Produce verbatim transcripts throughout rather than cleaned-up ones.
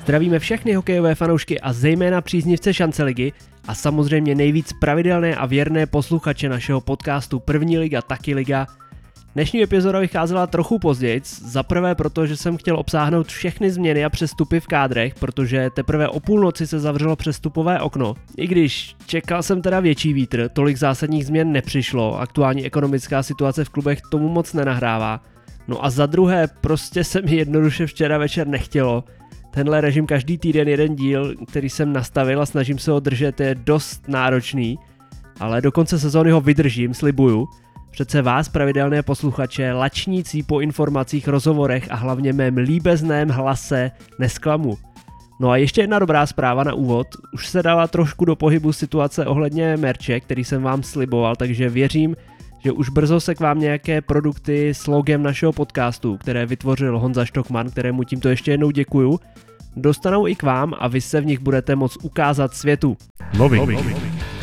Zdravíme všechny hokejové fanoušky a zejména příznivce Šanceligy a samozřejmě nejvíc pravidelné a věrné posluchače našeho podcastu První liga, taky liga. Dnešní epizoda vycházela trochu později, zaprvé proto, že jsem chtěl obsáhnout všechny změny a přestupy v kádrech, protože teprve o půlnoci se zavřelo přestupové okno. I když čekal jsem teda větší vítr, tolik zásadních změn nepřišlo, aktuální ekonomická situace v klubech tomu moc nenahrává. No a za druhé, prostě se mi jednoduše včera večer nechtělo. Tenhle režim každý týden jeden díl, který jsem nastavil a snažím se ho držet, je dost náročný, ale do konce sezóny ho vydržím, slibuju. Přece vás, pravidelné posluchače, lačnící po informacích, rozhovorech a hlavně mém líbezném hlase nesklamu. No a ještě jedna dobrá zpráva na úvod, už se dala trošku do pohybu situace ohledně merče, který jsem vám sliboval, takže věřím, že už brzo se k vám nějaké produkty s logem našeho podcastu, které vytvořil Honza Štokman, kterému tímto ještě jednou děkuju, dostanou i k vám a vy se v nich budete moct ukázat světu. Loving. Loving.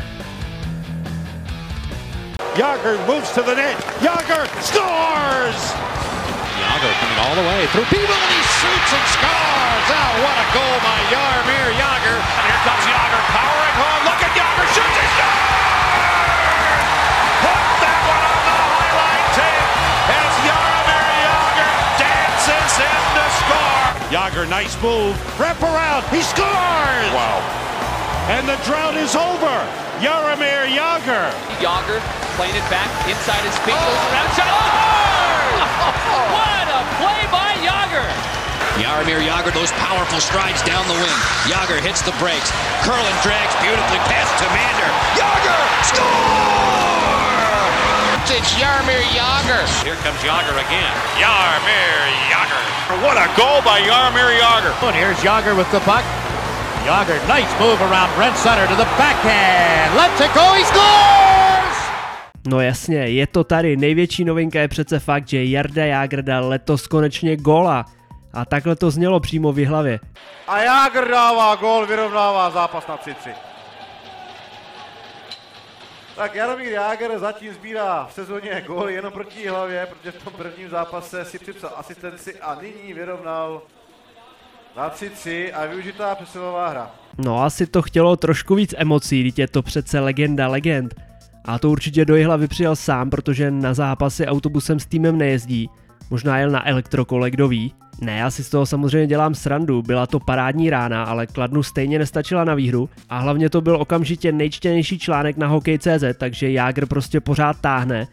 Jágr moves to the net. Jágr scores! Jágr coming all the way through people and he shoots and scores! Oh, what a goal by Jaromír Jágr. And here comes Jágr powering home. Look at Jágr, shoots and scores! Put that one on the highlight tape as Jaromír Jágr dances in to score. Jágr, nice move. Wrap around. He scores! Wow. And the drought is over. Jaromír Jágr. Jágr playing it back inside his feet, goes around, shot, scores! What a play by Jágr! Jaromír Jágr, those powerful strides down the wing. Jágr hits the brakes. Curlin drags beautifully past to Mander. Jágr, score! It's Jaromír Jágr. Here comes Jágr again. Jaromír Jágr. What a goal by Jaromír Jágr. And here's Jágr with the puck. Jágr, nice move around Brent Sutter to the backhand. Let's it go, he scores! No jasně, je to tady, největší novinka je přece fakt, že Jarda Jágr dal letos konečně góla. A takhle to znělo přímo v hlavě. A Jágr dává gól, vyrovnává zápas na tři tři. Tak Jaromír Jágr zatím sbírá v sezóně góly jenom proti hlavě, protože v tom prvním zápase si připsal asistenci a nyní vyrovnal na tři tři a využitá přesilová hra. No asi to chtělo trošku víc emocí, vždyť je to přece legenda legend. A to určitě do Jihlavy přijel sám, protože na zápasy autobusem s týmem nejezdí. Možná jel na elektrokole, kdo ví. Ne, já si z toho samozřejmě dělám srandu, byla to parádní rána, ale Kladnu stejně nestačila na výhru a hlavně to byl okamžitě nejčtenější článek na hokej tečka cé zet, takže Jágr prostě pořád táhne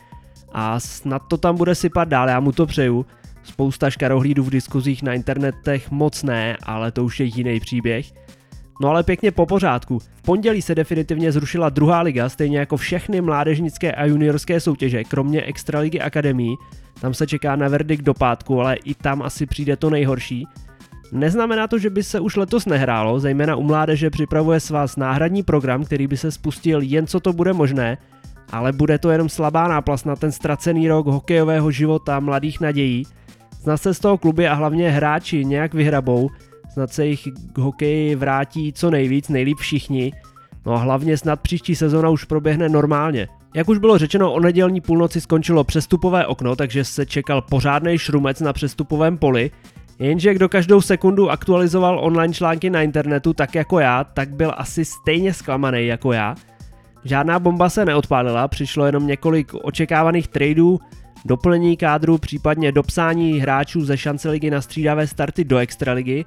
a snad to tam bude sypat dál, já mu to přeju. Spousta škarohlídů v diskuzích na internetech moc ne, ale to už je jiný příběh. No ale pěkně po pořádku. V pondělí se definitivně zrušila druhá liga, stejně jako všechny mládežnické a juniorské soutěže, kromě extraligy akademií. Tam se čeká na verdikt do pátku, ale i tam asi přijde to nejhorší. Neznamená to, že by se už letos nehrálo, zejména u mládeže připravuje svaz náhradní program, který by se spustil jen co to bude možné, ale bude to jenom slabá náplast na ten ztracený rok hokejového života mladých nadějí. Snad se z toho kluby a hlavně hráči nějak vyhrabou, snad se jich k hokeji vrátí co nejvíc, nejlíp všichni, no a hlavně snad příští sezona už proběhne normálně. Jak už bylo řečeno, o nedělní půlnoci skončilo přestupové okno, takže se čekal pořádnej šrumec na přestupovém poli, jenže kdo každou sekundu aktualizoval online články na internetu tak jako já, tak byl asi stejně zklamaný jako já. Žádná bomba se neodpálila, přišlo jenom několik očekávaných tradeů, doplnění kádru, případně dopsání hráčů ze Šanceligy na střídavé starty do extraligy.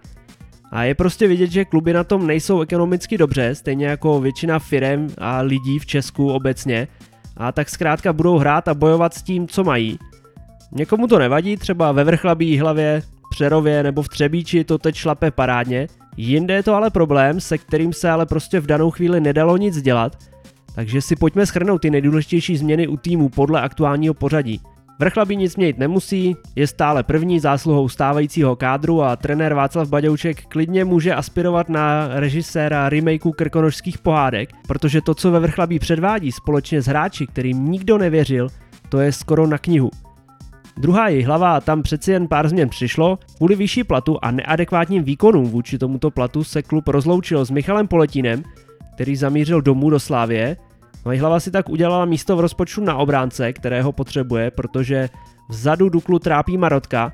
A je prostě vidět, že kluby na tom nejsou ekonomicky dobře, stejně jako většina firem a lidí v Česku obecně. A tak zkrátka budou hrát a bojovat s tím, co mají. Někomu to nevadí, třeba ve Vrchlabí, Jihlavě, Přerově nebo v Třebíči to teď šlape parádně. Jinde je to ale problém, se kterým se ale prostě v danou chvíli nedalo nic dělat. Takže si pojďme shrnout ty nejdůležitější změny u týmu podle aktuálního pořadí. Vrchlabí nic měnit nemusí, je stále první zásluhou stávajícího kádru a trenér Václav Baďoušek klidně může aspirovat na režiséra remakeu krkonošských pohádek, protože to, co ve Vrchlabí předvádí společně s hráči, kterým nikdo nevěřil, to je skoro na knihu. Druhá Jihlava, tam přeci jen pár změn přišlo, kvůli vyšší platu a neadekvátním výkonům vůči tomuto platu se klub rozloučil s Michalem Poletínem, který zamířil domů do Slávie. No a Jihlava si tak udělala místo v rozpočtu na obránce, kterého potřebuje, protože vzadu Duklu trápí Marotka,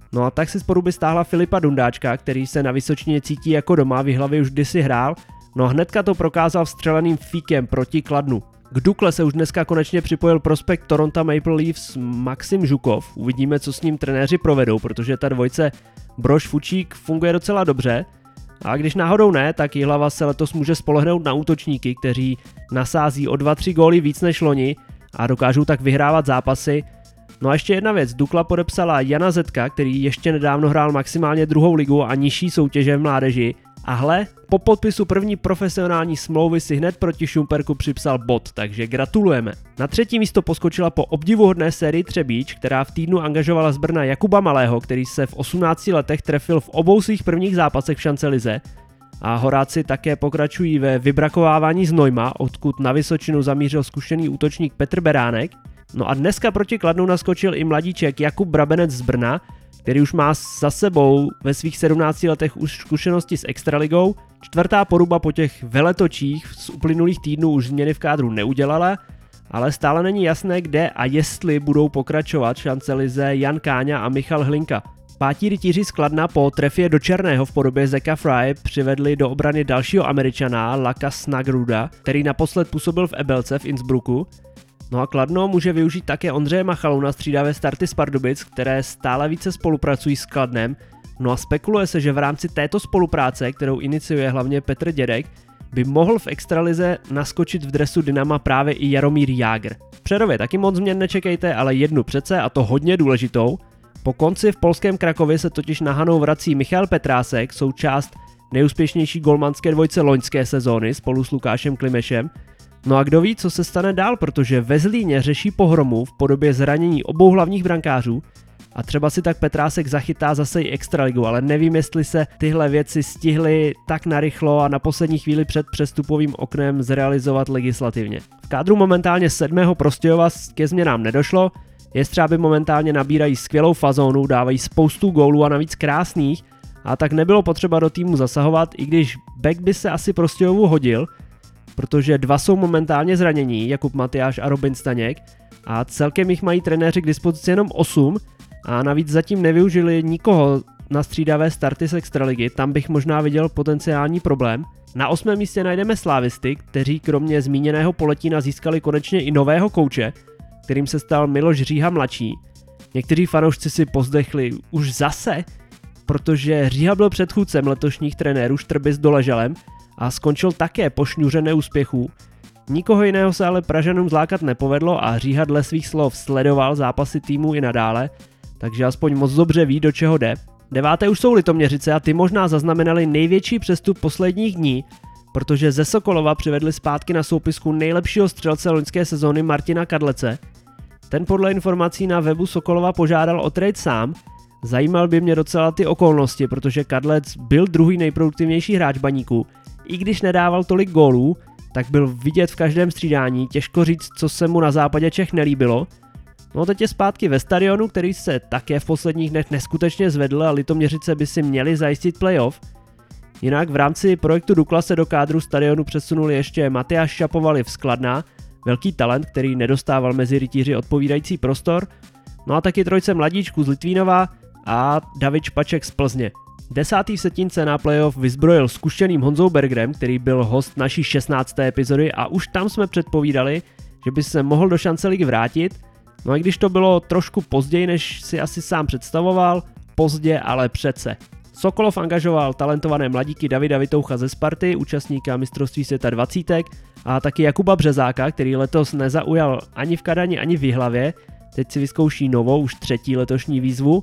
No a tak si z poruby stáhla Filipa Dundáčka, který se na Vysočině cítí jako doma, v Jihlavě už kdysi hrál, no a hnedka to prokázal vstřeleným fíkem proti Kladnu. K Dukle se už dneska konečně připojil prospekt Toronto Maple Leafs Maxim Žukov. Uvidíme, co s ním trenéři provedou, protože ta dvojce Brož Fučík funguje docela dobře. A když náhodou ne, tak Jihlava se letos může spolehnout na útočníky, kteří nasází o dva tři góly víc než loni a dokážou tak vyhrávat zápasy. No a ještě jedna věc, Dukla podepsala Jana Zetka, který ještě nedávno hrál maximálně druhou ligu a nižší soutěže v mládeži. A hle, po podpisu první profesionální smlouvy si hned proti Šumperku připsal bod, takže gratulujeme. Na třetí místo poskočila po obdivuhodné sérii Třebíč, která v týdnu angažovala z Brna Jakuba Malého, který se v osmnácti letech trefil v obou svých prvních zápasech v šance lize. A Horáci také pokračují ve vybrakovávání Znojma, odkud na Vysočinu zamířil zkušený útočník Petr Beránek. No a dneska proti Kladnu naskočil i mladíček Jakub Brabenec z Brna, který už má za sebou ve svých sedmnácti letech už zkušenosti s extraligou. Čtvrtá poruba po těch veletočích z uplynulých týdnů už změny v kádru neudělala, ale stále není jasné, kde a jestli budou pokračovat v šance lize Jan Káňa a Michal Hlinka. Pátí rytíři z Kladna po trefě do černého v podobě Zeka Fry přivedli do obrany dalšího Američana Laka Snagruda, který naposled působil v Ebelce v Innsbrucku. No a Kladno může využít také Ondřeje Machalu na střídavé starty z Pardubic, které stále více spolupracují s Kladnem. No a spekuluje se, že v rámci této spolupráce, kterou iniciuje hlavně Petr Dědek, by mohl v extralize naskočit v dresu Dynama právě i Jaromír Jágr. V Přerově taky moc změn nečekejte, ale jednu přece, a to hodně důležitou. Po konci v polském Krakově se totiž na Hanou vrací Michal Petrásek, součást nejúspěšnější golmanské dvojce loňské sezóny spolu s Lukášem Klimešem. No a kdo ví, co se stane dál, protože ve Zlíně řeší pohromu v podobě zranění obou hlavních brankářů a třeba si tak Petrásek zachytá zase i extraligu, ale nevím, jestli se tyhle věci stihly tak narychlo a na poslední chvíli před přestupovým oknem zrealizovat legislativně. V kádru momentálně sedmého Prostějova ke změnám nedošlo, Jestřáby momentálně nabírají skvělou fazónu, dávají spoustu gólů a navíc krásných, a tak nebylo potřeba do týmu zasahovat, i když back by se asi Prostějovu hodil, protože dva jsou momentálně zranění, Jakub Matyáš a Robin Staněk, a celkem jich mají trenéři k dispozici jenom osm a navíc zatím nevyužili nikoho na střídavé starty z extraligy, tam bych možná viděl potenciální problém. Na osmém místě najdeme Slávisty, kteří kromě zmíněného Poletína získali konečně i nového kouče, kterým se stal Miloš Říha mladší. Někteří fanoušci si pozdechli už zase, protože Říha byl předchůdcem letošních trenérů Štrby s Doležalem a skončil také po šňůře neúspěchů. Nikoho jiného se ale Pražanům zlákat nepovedlo a Říha dle svých slov sledoval zápasy týmu i nadále, takže aspoň moc dobře ví, do čeho jde. Deváté už jsou Litoměřice a ty možná zaznamenali největší přestup posledních dní, protože ze Sokolova přivedli zpátky na soupisku nejlepšího střelce loňské sezóny Martina Kadlece. Ten podle informací na webu Sokolova požádal o trade sám. Zajímal by mě docela ty okolnosti, protože Kadlec byl druhý nejproduktivnější hráč Baníku. I když nedával tolik gólů, tak byl vidět v každém střídání, těžko říct, co se mu na západě Čech nelíbilo. No teď je zpátky ve Stadionu, který se také v posledních dnech neskutečně zvedl a Litoměřice by si měli zajistit playoff. Jinak v rámci projektu Dukla se do kádru Stadionu přesunuli ještě Matyáš Šapovaliv z Kladna, velký talent, který nedostával mezi rytíři odpovídající prostor, no a taky trojce mladíčků z Litvínova a David Špaček z Plzně. Desátý v setínce na playoff vyzbrojil zkušeným Honzou Bergerem, který byl host naší šestnácté epizody a už tam jsme předpovídali, že by se mohl do šance ligy vrátit, no a když to bylo trošku později, než si asi sám představoval, pozdě, ale přece. Sokolov angažoval talentované mladíky Davida Vitoucha ze Sparty, účastníka mistrovství světa dvacítek, a taky Jakuba Březáka, který letos nezaujal ani v Kadani, ani v Jihlavě, teď si vyzkouší novou, už třetí letošní výzvu.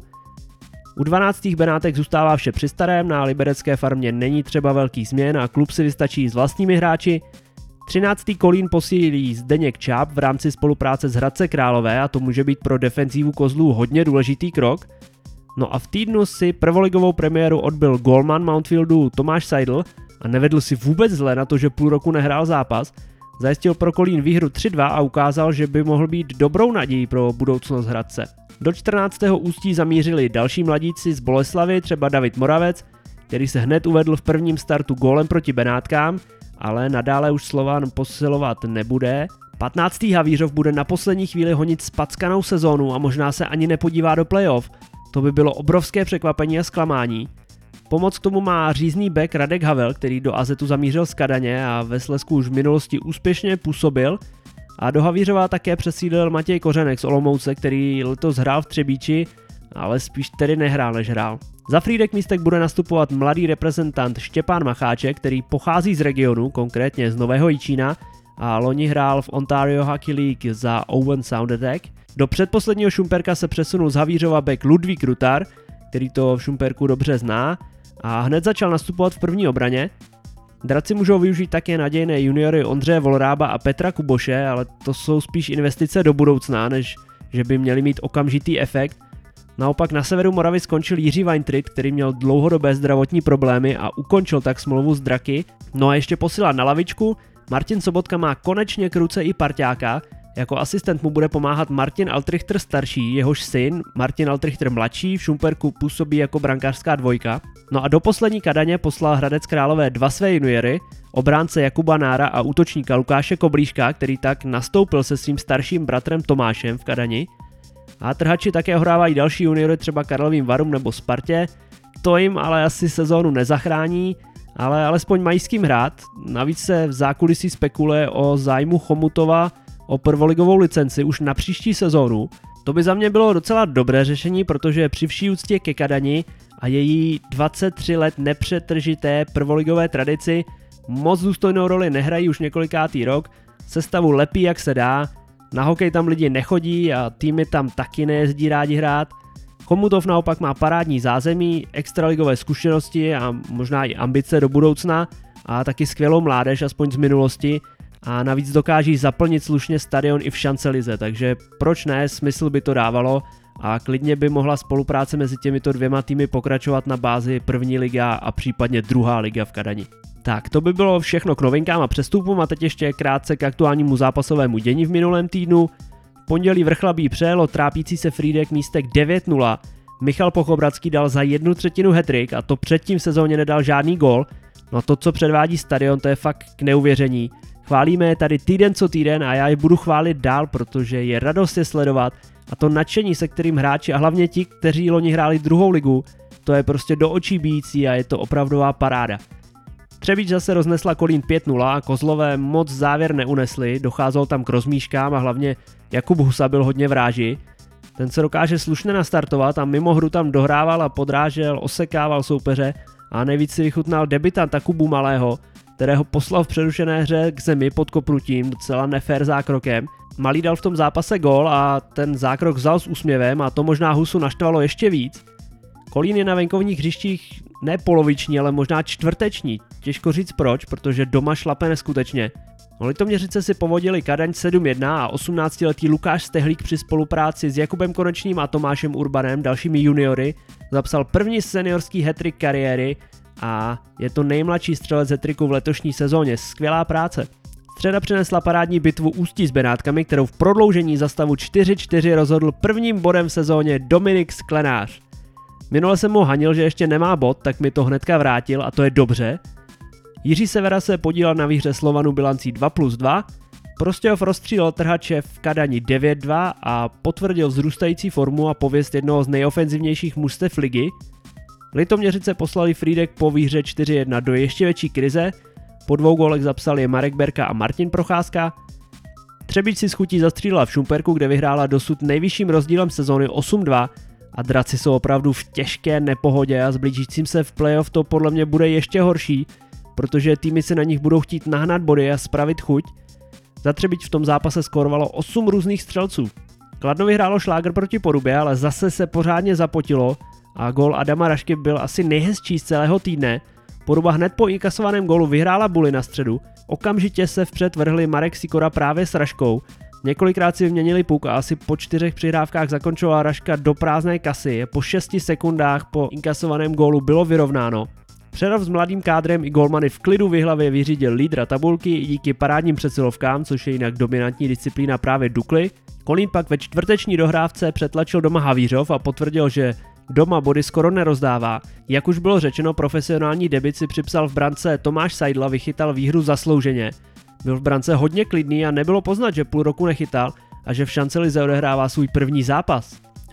U dvanáctých Benátek zůstává vše při starém, na liberecké farmě není třeba velkých změn a klub si vystačí s vlastními hráči. třináctý Kolín posílí Zdeněk Čáp v rámci spolupráce s Hradce Králové a to může být pro defenzívu Kozlů hodně důležitý krok. No a v týdnu si prvoligovou premiéru odbyl golman Mountfieldu Tomáš Seidl a nevedl si vůbec zle na to, že půl roku nehrál zápas. Zajistil pro Kolín výhru tři dva a ukázal, že by mohl být dobrou nadějí pro budoucnost Hradce. Do čtrnáctého Ústí zamířili další mladíci z Boleslavy, třeba David Moravec, který se hned uvedl v prvním startu gólem proti Benátkám, ale nadále už Slovan posilovat nebude. patnáctý Havířov bude na poslední chvíli honit spackanou sezónu a možná se ani nepodívá do playoff. To by bylo obrovské překvapení a zklamání. Pomoc k tomu má řízný back Radek Havel, který do Azetu zamířil z Kadaně a ve Slezsku už v minulosti úspěšně působil. A do Havířova také přesídlil Matěj Kořenek z Olomouce, který letos hrál v Třebíči, ale spíš tedy nehrál než hrál. Za Frýdek místek bude nastupovat mladý reprezentant Štěpán Macháček, který pochází z regionu, konkrétně z Nového Jičína, a loni hrál v Ontario Hockey League za Owen Sound Attack. Do předposledního Šumperka se přesunul z Havířova back Ludvík Rutar, který to v Šumperku dobře zná, a hned začal nastupovat v první obraně. Draci můžou využít také nadějné juniory Ondřeje Volrába a Petra Kuboše, ale to jsou spíš investice do budoucna, než že by měli mít okamžitý efekt. Naopak na severu Moravy skončil Jiří Weintritt, který měl dlouhodobé zdravotní problémy a ukončil tak smlouvu s Draky. No a ještě posila na lavičku, Martin Sobotka má konečně k ruce i parťáka, jako asistent mu bude pomáhat Martin Altrichter starší, jehož syn, Martin Altrichter mladší, v Šumperku působí jako brankářská dvojka. No a do poslední Kadaně poslal Hradec Králové dva své juniory, obránce Jakuba Nára a útočníka Lukáše Koblíška, který tak nastoupil se svým starším bratrem Tomášem v Kadani. A trhači také ohrávají další juniory, třeba Karlovým Varum nebo Spartě, to jim ale asi sezónu nezachrání, ale alespoň mají s kým hrát. Navíc se v zákulisí spekuluje o zájmu Chomutova o prvoligovou licenci už na příští sezónu. To by za mě bylo docela dobré řešení, protože při vší úctě ke Kadani a její dvacet tři let nepřetržité prvoligové tradici moc důstojnou roli nehrají už několikátý rok, sestavu lepí jak se dá, na hokej tam lidi nechodí a týmy tam taky nejezdí rádi hrát. Chomutov naopak má parádní zázemí, extraligové zkušenosti a možná i ambice do budoucna a taky skvělou mládež, aspoň z minulosti, a navíc dokáží zaplnit slušně stadion i v šancelize, takže proč ne, smysl by to dávalo a klidně by mohla spolupráce mezi těmito dvěma týmy pokračovat na bázi první liga a případně druhá liga v Kadani. Tak, to by bylo všechno k novinkám a přestupům a teď ještě krátce k aktuálnímu zápasovému dění v minulém týdnu. V pondělí Vrchlabí přejelo trápící se Frýdek místek devět nula, Michal Pochobradský dal za jednu třetinu hat-trick a to předtím v sezóně nedal žádný gól. No to, co předvádí stadion, to je fakt k neuvěření. Chválíme je tady týden co týden a já je budu chválit dál, protože je radost je sledovat a to nadšení, se kterým hráči a hlavně ti, kteří loni hráli druhou ligu, to je prostě do očí bijící a je to opravdová paráda. Třebíč zase roznesla Kolín pět nula a Kozlové moc závěr neunesli, docházelo tam k rozmíškám a hlavně Jakub Husa byl hodně v ráži. Ten se dokáže slušně nastartovat a mimo hru tam dohrával a podrážel, osekával soupeře a nejvíc si vychutnal debutant Kubu Malého, kterého poslal v přerušené hře k zemi pod kopnutím docela nefér zákrokem. Malý dal v tom zápase gól a ten zákrok vzal s úsměvem a to možná Husu naštvalo ještě víc. Kolín je na venkovních hřištích ne poloviční, ale možná čtvrteční. Těžko říct proč, protože doma šlape neskutečně. No, Litoměřice si povodili Kadaň sedm jedna a osmnáctiletý Lukáš Stehlík při spolupráci s Jakubem Konečným a Tomášem Urbanem, dalšími juniory, zapsal první seniorský hat-trick kariéry a je to nejmladší střelec hat-tricku v letošní sezóně. Skvělá práce. Středa přinesla parádní bitvu Ústí s Benátkami, kterou v prodloužení za stavu čtyři čtyři rozhodl prvním bodem v sezóně Dominik Sklenář. Minule jsem mu hanil, že ještě nemá bod, tak mi to hnedka vrátil a to je dobře. Jiří Severa se podílel na výhře Slovanu bilancí dva plus dva, Prostějov rozstřílel trhače v Kadani devět dva a potvrdil vzrůstající formu a pověst jednoho z nejofenzivnějších mužstev ligy. Litoměřice poslali Frýdek po výhře čtyři jedna do ještě větší krize, po dvou gólech zapsali Marek Berka a Martin Procházka. Třebíč si s chutí zastřílila v Šumperku, kde vyhrála dosud nejvyšším rozdílem sezóny osm dva a Draci jsou opravdu v těžké nepohodě a s blížícím se v playoff to podle mě bude ještě horší, protože týmy se na nich budou chtít nahnat body a spravit chuť. Za Třebíč v tom zápase skórovalo osm různých střelců. Kladno vyhrálo šlágr proti Porubě, ale zase se pořádně zapotilo a gól Adama Rašky byl asi nejhezčí z celého týdne. Poruba hned po inkasovaném gólu vyhrála buly na středu, okamžitě se vpřed vrhli Marek Sikora právě s Raškou. Několikrát si vyměnili puk a asi po čtyřech přihrávkách zakončovala Raška do prázdné kasy. Po šesti sekundách po inkasovaném gólu bylo vyrovnáno. Přerov s mladým kádrem i golmany v klidu v hlavě vyřídil lídra tabulky i díky parádním přesilovkám, což je jinak dominantní disciplína právě Dukly. Kolín pak ve čtvrteční dohrávce přetlačil doma Havířov a potvrdil, že doma body skoro nerozdává. Jak už bylo řečeno, profesionální debut si připsal v brance Tomáš Seidl, vychytal výhru zaslouženě. Byl v brance hodně klidný a nebylo poznat, že půl roku nechytal a že v šancelize odehrává svůj první zápas.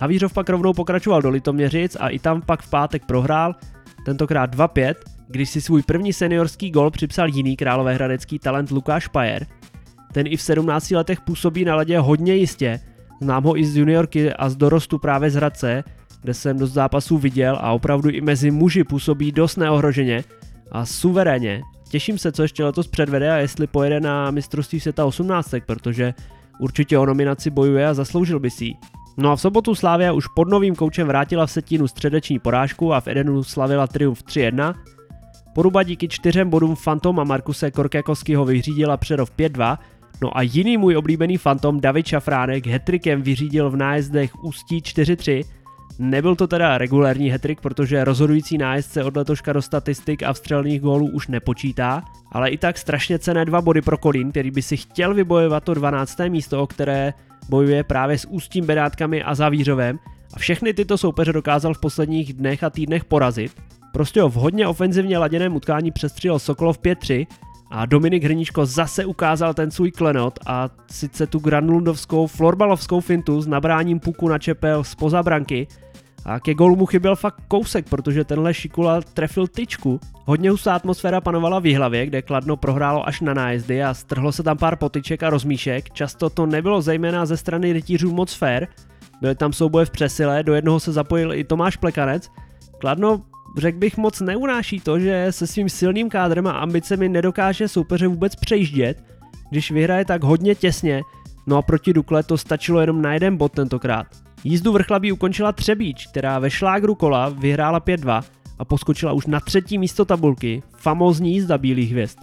Havířov pak rovnou pokračoval do Litoměřic a i tam pak v pátek prohrál, tentokrát dva pět, když si svůj první seniorský gol připsal jiný královéhradecký talent Lukáš Pajer. Ten i v sedmnácti letech působí na ledě hodně jistě, znám ho i z juniorky a z dorostu právě z Hradce, kde jsem dost zápasů viděl a opravdu i mezi muži působí dost neohroženě a suverénně. Těším se, co ještě letos předvede a jestli pojede na mistrovství světa osmnáctek, protože určitě o nominaci bojuje a zasloužil by si ji. No a v sobotu Slavia už pod novým koučem vrátila v Setínu středeční porážku a v Edenu slavila triumf tři jedna. Poruba díky čtyřem bodům Fantoma Markuse Korkékovského vyřídila Přerov pět dva, no a jiný můj oblíbený Fantom David Šafránek hattrickem vyřídil v nájezdech Ústí čtyři tři. Nebyl to teda regulérní hattrick, protože rozhodující nájezd se od letoška do statistik a vstřelených gólů už nepočítá, ale i tak strašně cenné dva body pro Kolín, který by si chtěl vybojovat to dvanácté místo, o které bojuje právě s Ústím, Benátkami a Zavířovem a všechny tyto soupeře dokázal v posledních dnech a týdnech porazit. Prostě v hodně ofenzivně laděném utkání přestřelil Sokolov pět tři a Dominik Hrníčko zase ukázal ten svůj klenot a sice tu granulundovskou florbalovskou fintu s nabráním puku na čepel zpoza branky a ke gólu mu chyběl fakt kousek, protože tenhle Šikula trefil tyčku. Hodně hustá atmosféra panovala v Jihlavě, kde Kladno prohrálo až na nájezdy a strhlo se tam pár potyček a rozmíšek. Často to nebylo zejména ze strany rytířů moc fair, byly tam souboje v přesile, do jednoho se zapojil i Tomáš Plekanec. Kladno, řekl bych, moc neunáší to, že se svým silným kádrem a ambicemi nedokáže soupeře vůbec přejíždět, když vyhraje tak hodně těsně, no a proti Dukle to stačilo jenom na jeden bod tentokrát. Jízdu Vrchlabí ukončila Třebíč, která ve šlágru kola vyhrála pět dva a poskočila už na třetí místo tabulky, famózní jízda bílých hvězd.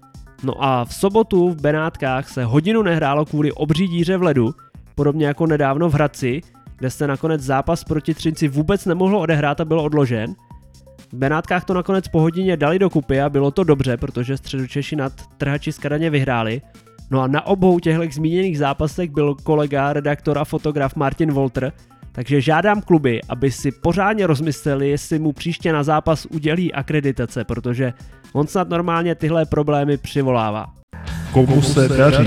No a v sobotu v Benátkách se hodinu nehrálo kvůli obří díře v ledu, podobně jako nedávno v Hradci, kde se nakonec zápas proti Třinci vůbec nemohlo odehrát a byl odložen. V Benátkách to nakonec po hodině dali dokupy a bylo to dobře, protože Středočeši nad Trhači z Kadaně vyhráli. No a na obou těchto zmíněných zápasech byl kolega, redaktor a fotograf Martin Wolter, takže žádám kluby, aby si pořádně rozmysleli, jestli mu příště na zápas udělí akreditace, protože on snad normálně tyhle problémy přivolává. Komu se daří?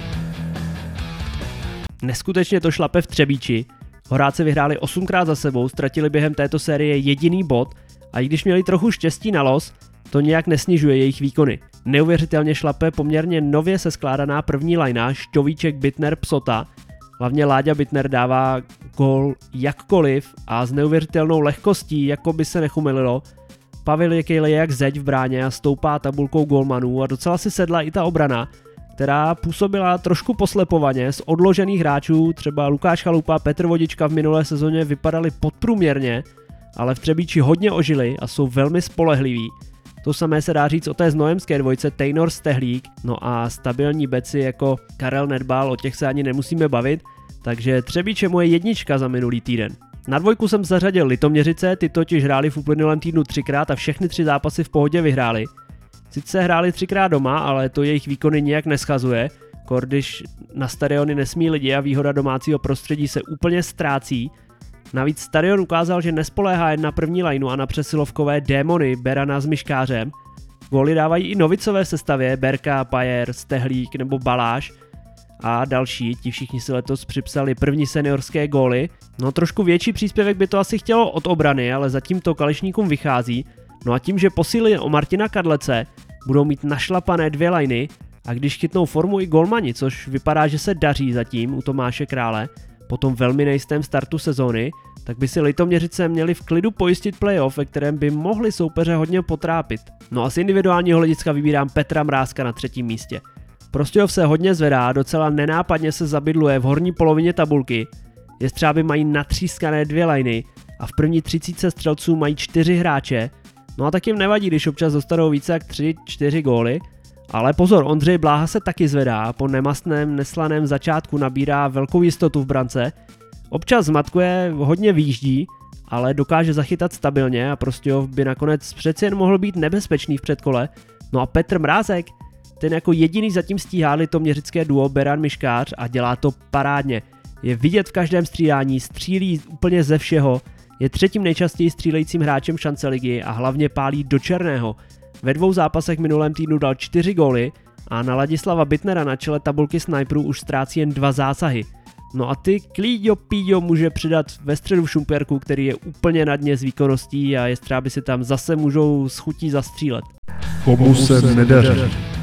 Neskutečně to šlape v Třebíči. Horáci vyhráli osmkrát za sebou, ztratili během této série jediný bod a i když měli trochu štěstí na los, to nějak nesnižuje jejich výkony. Neuvěřitelně šlape poměrně nově se skládaná první lajna Šťovíček, Bittner, Psota. Hlavně Láďa Bittner dává gól jakkoliv a s neuvěřitelnou lehkostí, jako by se nechumililo. Pavel Jekejle je jak zeď v bráně a stoupá tabulkou gólmanů a docela si sedla i ta obrana, která působila trošku poslepovaně. Z odložených hráčů třeba Lukáš Chalupa, Petr Vodička v minulé sezóně vypadali podprůměrně, ale v Třebíči hodně ožili a jsou velmi spolehliví. To samé se dá říct o té znojemské dvojce Tejnor Stehlík, no a stabilní beci jako Karel Nedbal, o těch se ani nemusíme bavit, takže Třebíč je moje jednička za minulý týden. Na dvojku jsem zařadil Litoměřice, ty totiž hráli v uplynulém týdnu třikrát a všechny tři zápasy v pohodě vyhráli. Sice hráli třikrát doma, ale to jejich výkony nijak neschazuje, kor když na stadiony nesmí lidi a výhoda domácího prostředí se úplně ztrácí. Navíc stadion ukázal, že nespoléhá jen na první lajnu a na přesilovkové démony Berana s Myškářem. Góly dávají i novicové v sestavě Berka, Pajer, Stehlík nebo Baláš a další, ti všichni si letos připsali první seniorské góly. No trošku větší příspěvek by to asi chtělo od obrany, ale zatím to Kališníkům vychází. No a tím, že posílili o Martina Kadlece, budou mít našlapané dvě lajny a když chytnou formu i golmani, což vypadá, že se daří zatím u Tomáše Krále, po tom velmi nejistém startu sezóny, tak by si Litoměřice měli v klidu pojistit playoff, ve kterém by mohli soupeře hodně potrápit. No a z individuálního hlediska vybírám Petra Mrázka na třetím místě. Prostějov se hodně zvedá, docela nenápadně se zabydluje v horní polovině tabulky, Jestřáby mají natřískané dvě lajny a v první třicítce střelců mají čtyři hráče, no a tak jim nevadí, když občas dostanou více jak tři čtyři góly. Ale pozor, Ondřej Bláha se taky zvedá, po nemastném, neslaném začátku nabírá velkou jistotu v brance. Občas zmatkuje, hodně výjíždí, ale dokáže zachytat stabilně a Prostějov by nakonec přeci jen mohl být nebezpečný v předkole. No a Petr Mrázek, ten jako jediný zatím stíhá litoměřické duo Beran Myškář a dělá to parádně. Je vidět v každém střídání, střílí úplně ze všeho, je třetím nejčastěji střílejícím hráčem šance ligy a hlavně pálí do černého. Ve dvou zápasech minulém týdnu dal čtyři góly a na Ladislava Bittnera na čele tabulky sniperů už ztrácí jen dva zásahy. No a ty Klíďo Píďo může přidat ve středu v Šumperku, který je úplně na dně s výkonností a jestřáby si tam zase můžou s chutí zastřílet. Komu se nedaří.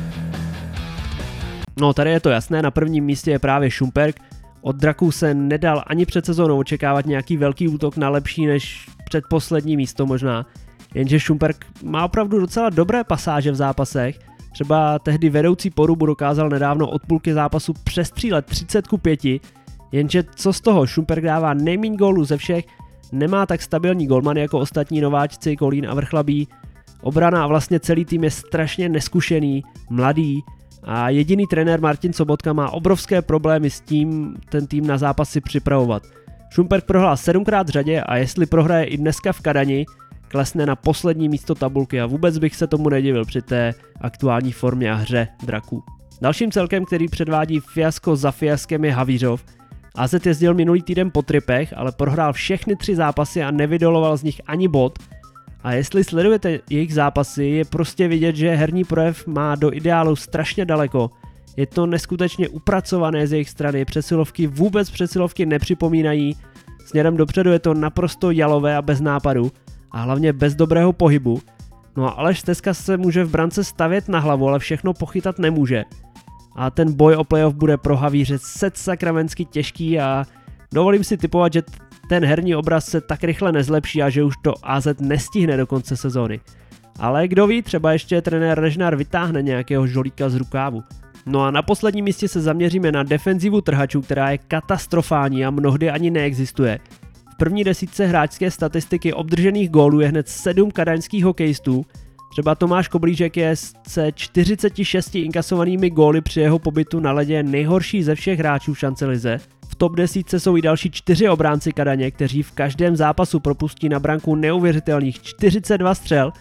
No tady je to jasné, na prvním místě je právě Šumperk. Od Draků se nedal ani před sezónou očekávat nějaký velký útok na lepší než předposlední místo možná. Jenže Šumperk má opravdu docela dobré pasáže v zápasech. Třeba tehdy vedoucí Porubu dokázal nedávno od půlky zápasu přestřílet třicet ku pěti, jenže co z toho, Šumperk dává nejméně gólů ze všech, nemá tak stabilní golmany jako ostatní nováčci Kolín a Vrchlabí, obrana a vlastně celý tým je strašně neskušený, mladý a jediný trenér Martin Sobotka má obrovské problémy s tím ten tým na zápasy připravovat. Šumperk prohrál sedmkrát v řadě a jestli prohraje i dneska v Kadani, klesne na poslední místo tabulky a vůbec bych se tomu nedivil při té aktuální formě a hře Draků. Dalším celkem, který předvádí fiasko za fiaskem, je Havířov. á zet jezdil minulý týden po tripech, ale prohrál všechny tři zápasy a nevydoloval z nich ani bod. A jestli sledujete jejich zápasy, je prostě vidět, že herní projev má do ideálu strašně daleko. Je to neskutečně upracované z jejich strany, přesilovky vůbec přesilovky nepřipomínají, směrem dopředu je to naprosto jalové a bez nápadu. A hlavně bez dobrého pohybu. No a Aleš Stezka se může v brance stavět na hlavu, ale všechno pochytat nemůže. A ten boj o playoff bude pro Havíře set sakramensky těžký a dovolím si tipovat, že ten herní obraz se tak rychle nezlepší a že už to á zet nestihne do konce sezóny. Ale kdo ví, třeba ještě trenér Režnár vytáhne nějakého žolíka z rukávu. No a na posledním místě se zaměříme na defenzivu trhačů, která je katastrofální a mnohdy ani neexistuje. V první desítce hráčské statistiky obdržených gólů je hned sedm kadaňských hokejistů. Třeba Tomáš Koblížek je se čtyřiceti šesti inkasovanými góly při jeho pobytu na ledě nejhorší ze všech hráčů v šance lize. V top desítce jsou i další čtyři obránci Kadaně, kteří v každém zápasu propustí na branku neuvěřitelných čtyřicet dva střel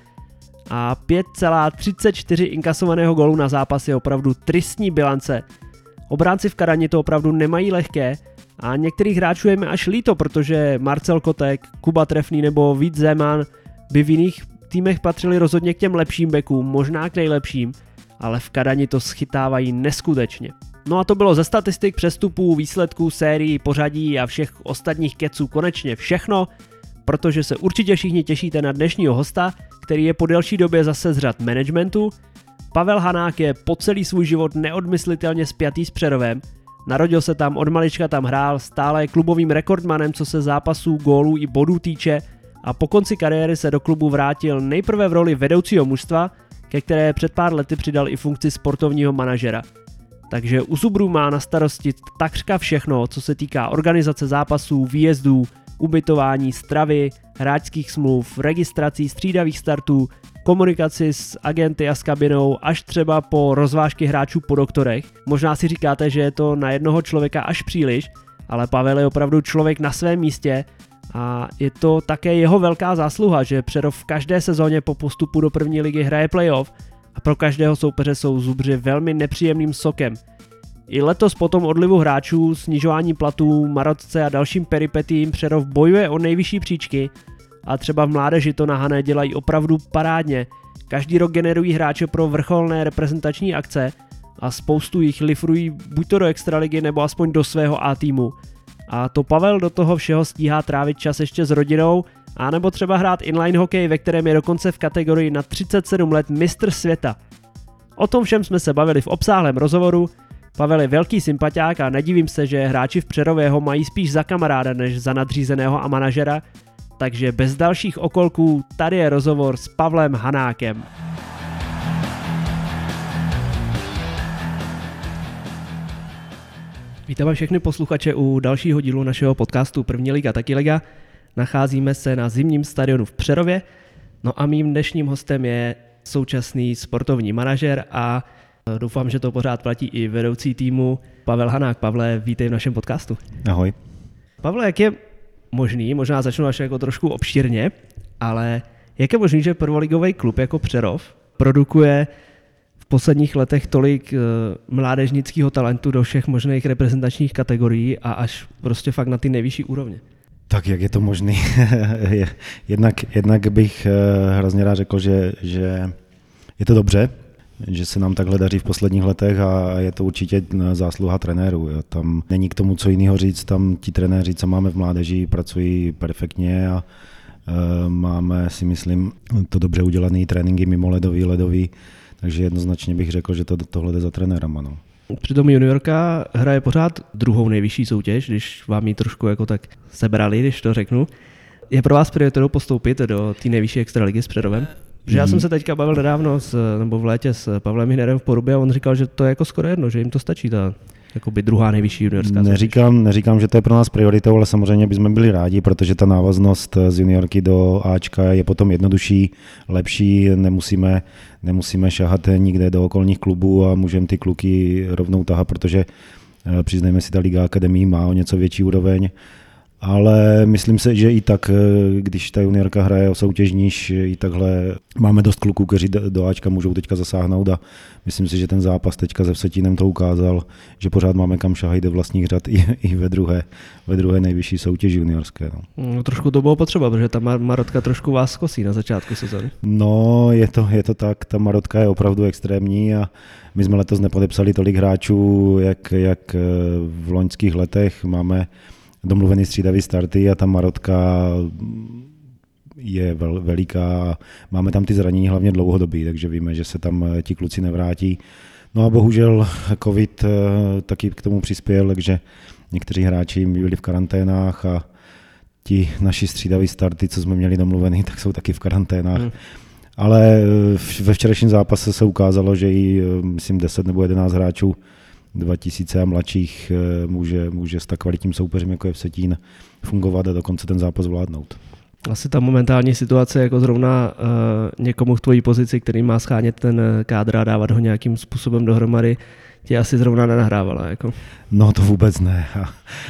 a pět celá třicet čtyři inkasovaného gólu na zápas je opravdu tristní bilance. Obránci v Kadani to opravdu nemají lehké a některých hráčů je mi až líto, protože Marcel Kotek, Kuba Trefný nebo Vít Zeman by v jiných týmech patřili rozhodně k těm lepším bekům, možná k nejlepším, ale v Kadani to schytávají neskutečně. No a to bylo ze statistik, přestupů, výsledků, sérií, pořadí a všech ostatních keců konečně všechno, protože se určitě všichni těšíte na dnešního hosta, který je po delší době zase z řad managementu. Pavel Hanák je po celý svůj život neodmyslitelně spjatý s Přerovem. Narodil se tam, od malička tam hrál, stále je klubovým rekordmanem, co se zápasů, gólů i bodů týče a po konci kariéry se do klubu vrátil nejprve v roli vedoucího mužstva, ke které před pár lety přidal i funkci sportovního manažera. Takže u Zubrů má na starosti takřka všechno, co se týká organizace zápasů, výjezdů, ubytování, stravy, hráčských smluv, registrací, střídavých startů, komunikaci s agenty a s kabinou, až třeba po rozvážky hráčů po doktorech. Možná si říkáte, že je to na jednoho člověka až příliš, ale Pavel je opravdu člověk na svém místě a je to také jeho velká zásluha, že Přerov v každé sezóně po postupu do první ligy hraje playoff a pro každého soupeře jsou Zubři velmi nepříjemným sokem. I letos po tom odlivu hráčů, snižování platů, marotce a dalším peripetím Přerov bojuje o nejvyšší příčky a třeba v mládeži to na Hané dělají opravdu parádně. Každý rok generují hráče pro vrcholné reprezentační akce a spoustu jich lifrují buď to do extraligy nebo aspoň do svého A týmu. A to Pavel do toho všeho stíhá trávit čas ještě s rodinou, a nebo třeba hrát inline hokej, ve kterém je dokonce v kategorii na třicet sedm let mistr světa. O tom všem jsme se bavili v obsáhlém rozhovoru. Pavel je velký sympatiák a nedivím se, že hráči v Přerově ho mají spíš za kamaráda než za nadřízeného a manažera, takže bez dalších okolků tady je rozhovor s Pavlem Hanákem. Vítáme všechny posluchače u dalšího dílu našeho podcastu První liga, taky liga. Nacházíme se na zimním stadionu v Přerově, no a mým dnešním hostem je současný sportovní manažer a doufám, že to pořád platí i vedoucí týmu Pavel Hanák. Pavle, vítej v našem podcastu. Ahoj. Pavle, jak je možný, možná začnu až jako trošku obšírně, ale jak je možný, že prvoligový klub jako Přerov produkuje v posledních letech tolik mládežnického talentu do všech možných reprezentačních kategorií a až prostě fakt na ty nejvyšší úrovně? Tak jak je to možný? jednak, jednak bych hrozně rád řekl, že, že je to dobře, že se nám takhle daří v posledních letech a je to určitě zásluha trenérů. Jo. Tam není k tomu co jiného říct, tam ti trenéři, co máme v mládeži, pracují perfektně a e, máme, si myslím, to dobře udělané tréninky mimo ledový, ledový, takže jednoznačně bych řekl, že to, tohle jde za trenérama. No. Přitom juniorka hraje pořád druhou nejvyšší soutěž, když vám ji trošku jako tak sebrali, když to řeknu. Je pro vás prioritou postoupit do té nejvyšší extraligy s Přerovem? Že já jsem se teďka bavil nedávno, s, nebo v létě s Pavlem Hýnerem v Porubě a on říkal, že to je jako skoro jedno, že jim to stačí ta jakoby druhá nejvyšší juniorská. Neříkám, neříkám, že to je pro nás prioritou, ale samozřejmě bychom byli rádi, protože ta návaznost z juniorky do Ačka je potom jednodušší, lepší, nemusíme, nemusíme šahat nikde do okolních klubů a můžeme ty kluky rovnou tahat, protože přiznejme si, ta Liga Akademií má o něco větší úroveň. Ale myslím si, že i tak, když ta juniorka hraje o soutěž níž, i takhle máme dost kluků, kteří do Ačka můžou teďka zasáhnout a myslím si, že ten zápas teďka se Vsetínem to ukázal, že pořád máme kam šahat do vlastních řad i, i ve, druhé, ve druhé nejvyšší soutěži juniorské. No. No, trošku to bylo potřeba, protože ta Marotka trošku vás kosí na začátku sezóny. No, je to, je to tak, ta Marotka je opravdu extrémní a my jsme letos nepodepsali tolik hráčů, jak, jak v loňských letech. Máme domluvený střídavý starty a ta Marotka je vel, veliká. Máme tam ty zranění hlavně dlouhodobí, takže víme, že se tam ti kluci nevrátí. No a bohužel covid taky k tomu přispěl, takže někteří hráči byli v karanténách a ti naši střídaví starty, co jsme měli domluvený, tak jsou taky v karanténách. Hmm. Ale ve včerejším zápase se ukázalo, že i myslím deset nebo jedenáct hráčů dva tisíce a mladších může, může s tak kvalitním soupeřem, jako je Vsetín, fungovat a dokonce ten zápas vládnout. Asi ta momentální situace jako zrovna uh, někomu v tvojí pozici, který má schánět ten kádr a dávat ho nějakým způsobem dohromady, tě asi zrovna nenahrávala. Jako. No to vůbec ne. A, uh,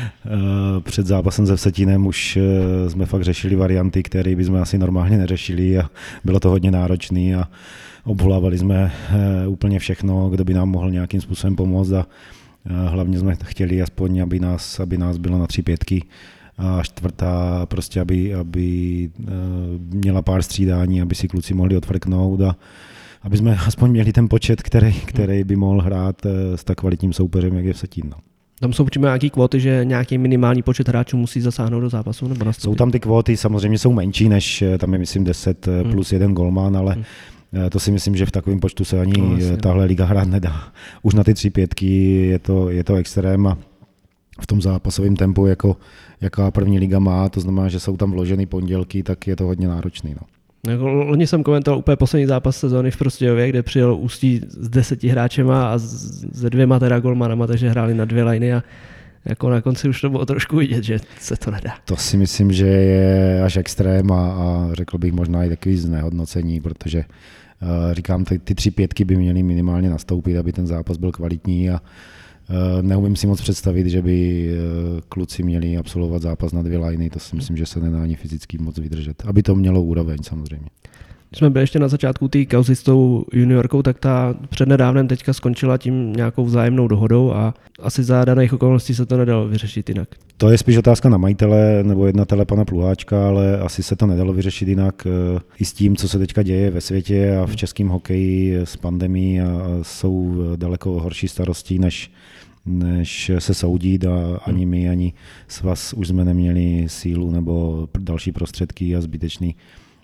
před zápasem se Vsetínem už uh, jsme fakt řešili varianty, které bychom asi normálně neřešili a bylo to hodně náročné a obvolávali jsme uh, úplně všechno, kdo by nám mohl nějakým způsobem pomoct a uh, hlavně jsme chtěli aspoň, aby nás, aby nás bylo na tři pětky a čtvrtá prostě, aby, aby uh, měla pár střídání, aby si kluci mohli odfrknout a aby jsme aspoň měli ten počet, který, který by mohl hrát s tak kvalitním soupeřem, jak je Vsetín. No. Tam jsou určitě nějaké kvóty, že nějaký minimální počet hráčů musí zasáhnout do zápasu? Nebo nastoupit? Jsou tam ty kvóty, samozřejmě jsou menší, než tam je myslím deset hmm. plus jeden golman, ale hmm. to si myslím, že v takovém počtu se ani no, tahle liga hrát nedá. Už na ty tři pětky je to, je to extrém a v tom zápasovém tempu, jako, jaká první liga má, to znamená, že jsou tam vloženy pondělky, tak je to hodně náročný. No. Loni jsem komentoval úplně poslední zápas sezóny v Prostějově, kde přijel Ústí s deseti hráčema a se dvěma teda golmanama, takže hráli na dvě liny a jako na konci už to bylo trošku vidět, že se to nedá. To si myslím, že je až extrém a, a řekl bych možná i takový znehodnocení, protože uh, říkám, ty, ty tři pětky by měly minimálně nastoupit, aby ten zápas byl kvalitní a uh, neumím si moc představit, že by uh, kluci měli absolvovat zápas na dvě liny, to si myslím, že se nedá ani fyzicky moc vydržet, aby to mělo úroveň samozřejmě. Když jsme byli ještě na začátku té kauzy s tou juniorkou, tak ta přednedávnem teďka skončila tím nějakou vzájemnou dohodou a asi za daných okolností se to nedalo vyřešit jinak. To je spíš otázka na majitele nebo jednatele pana Pluháčka, ale asi se to nedalo vyřešit jinak i s tím, co se teďka děje ve světě a v českém hokeji s pandemií a jsou daleko horší starosti, než než se soudit a ani my, ani svaz už jsme neměli sílu nebo další prostředky a zbytečný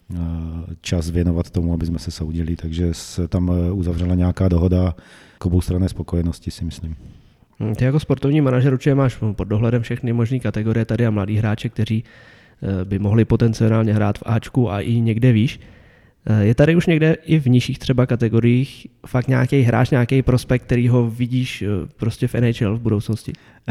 čas věnovat tomu, aby jsme se soudili, takže se tam uzavřela nějaká dohoda k oboustranné spokojenosti, si myslím. Ty jako sportovní manažer určitě máš pod dohledem všechny možné kategorie tady a mladí hráče, kteří by mohli potenciálně hrát v Ačku a i někde výš. Je tady už někde i v nižších třeba kategoriích fakt nějaký hráč, nějaký prospekt, který ho vidíš prostě v N H L v budoucnosti?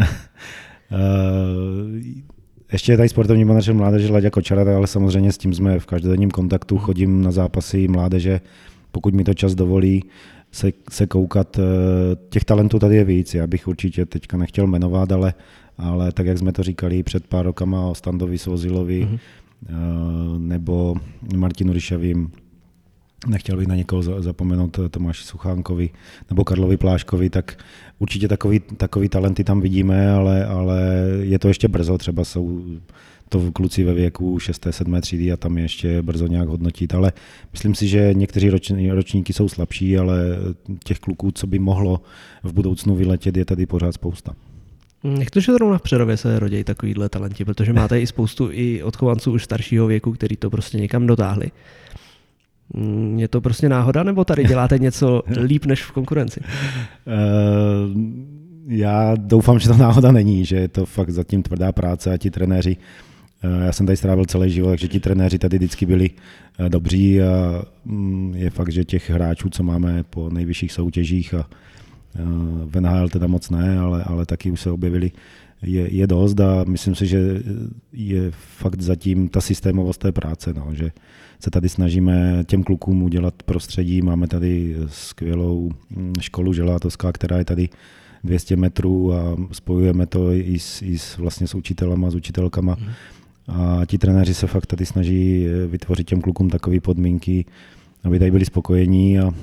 Ještě je tady sportovní manažer mládeže Láďa Kočara, ale samozřejmě s tím jsme v každodenním kontaktu, chodím na zápasy mládeže, pokud mi to čas dovolí se, se koukat. Těch talentů tady je víc, já bych určitě teďka nechtěl jmenovat, ale, ale tak, jak jsme to říkali před pár rokama o Standovi Svozilovi mm-hmm. nebo Martinu Ryšavým, nechtěl bych na někoho zapomenout, Tomáši Suchánkovi nebo Karlovi Pláškovi, tak určitě takový, takový talenty tam vidíme, ale, ale je to ještě brzo, třeba jsou to kluci ve věku šesté sedmé třídy a tam je ještě brzo nějak hodnotit, ale myslím si, že někteří ročníky jsou slabší, ale těch kluků, co by mohlo v budoucnu vyletět, je tady pořád spousta. Jak to, že zrovna v Přerově se rodí takovýhle talenti, protože máte i spoustu i odchovanců už staršího věku, který to prostě někam dotáhli. Je to prostě náhoda, nebo tady děláte něco líp než v konkurenci? Já doufám, že to náhoda není, že je to fakt zatím tvrdá práce a ti trenéři, já jsem tady strávil celý život, takže ti trenéři tady vždycky byli dobří a je fakt, že těch hráčů, co máme po nejvyšších soutěžích a v N H L teda moc ne, ale, ale taky už se objevili, je, je dost a myslím si, že je fakt zatím ta systémovost té práce, no, že se tady snažíme těm klukům udělat prostředí, máme tady skvělou školu želátovská, která je tady dvě stě metrů a spojujeme to i s, i s, vlastně s učitelama, s učitelkama mm. a ti trenéři se fakt tady snaží vytvořit těm klukům takové podmínky, aby tady byli spokojení a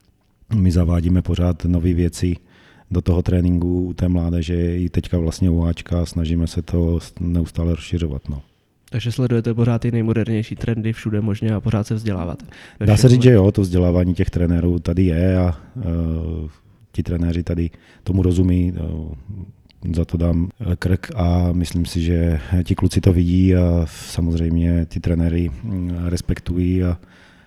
my zavádíme pořád nové věci do toho tréninku u té mládeže i teďka vlastně u Ačka, snažíme se to neustále rozšiřovat. No. Takže sledujete pořád ty nejmodernější trendy všude možně a pořád se vzděláváte. Dá se říct, že jo, to vzdělávání těch trenérů tady je a uh, ti trenéři tady tomu rozumí, uh, za to dám krk a myslím si, že ti kluci to vidí a samozřejmě ti trenéry respektují a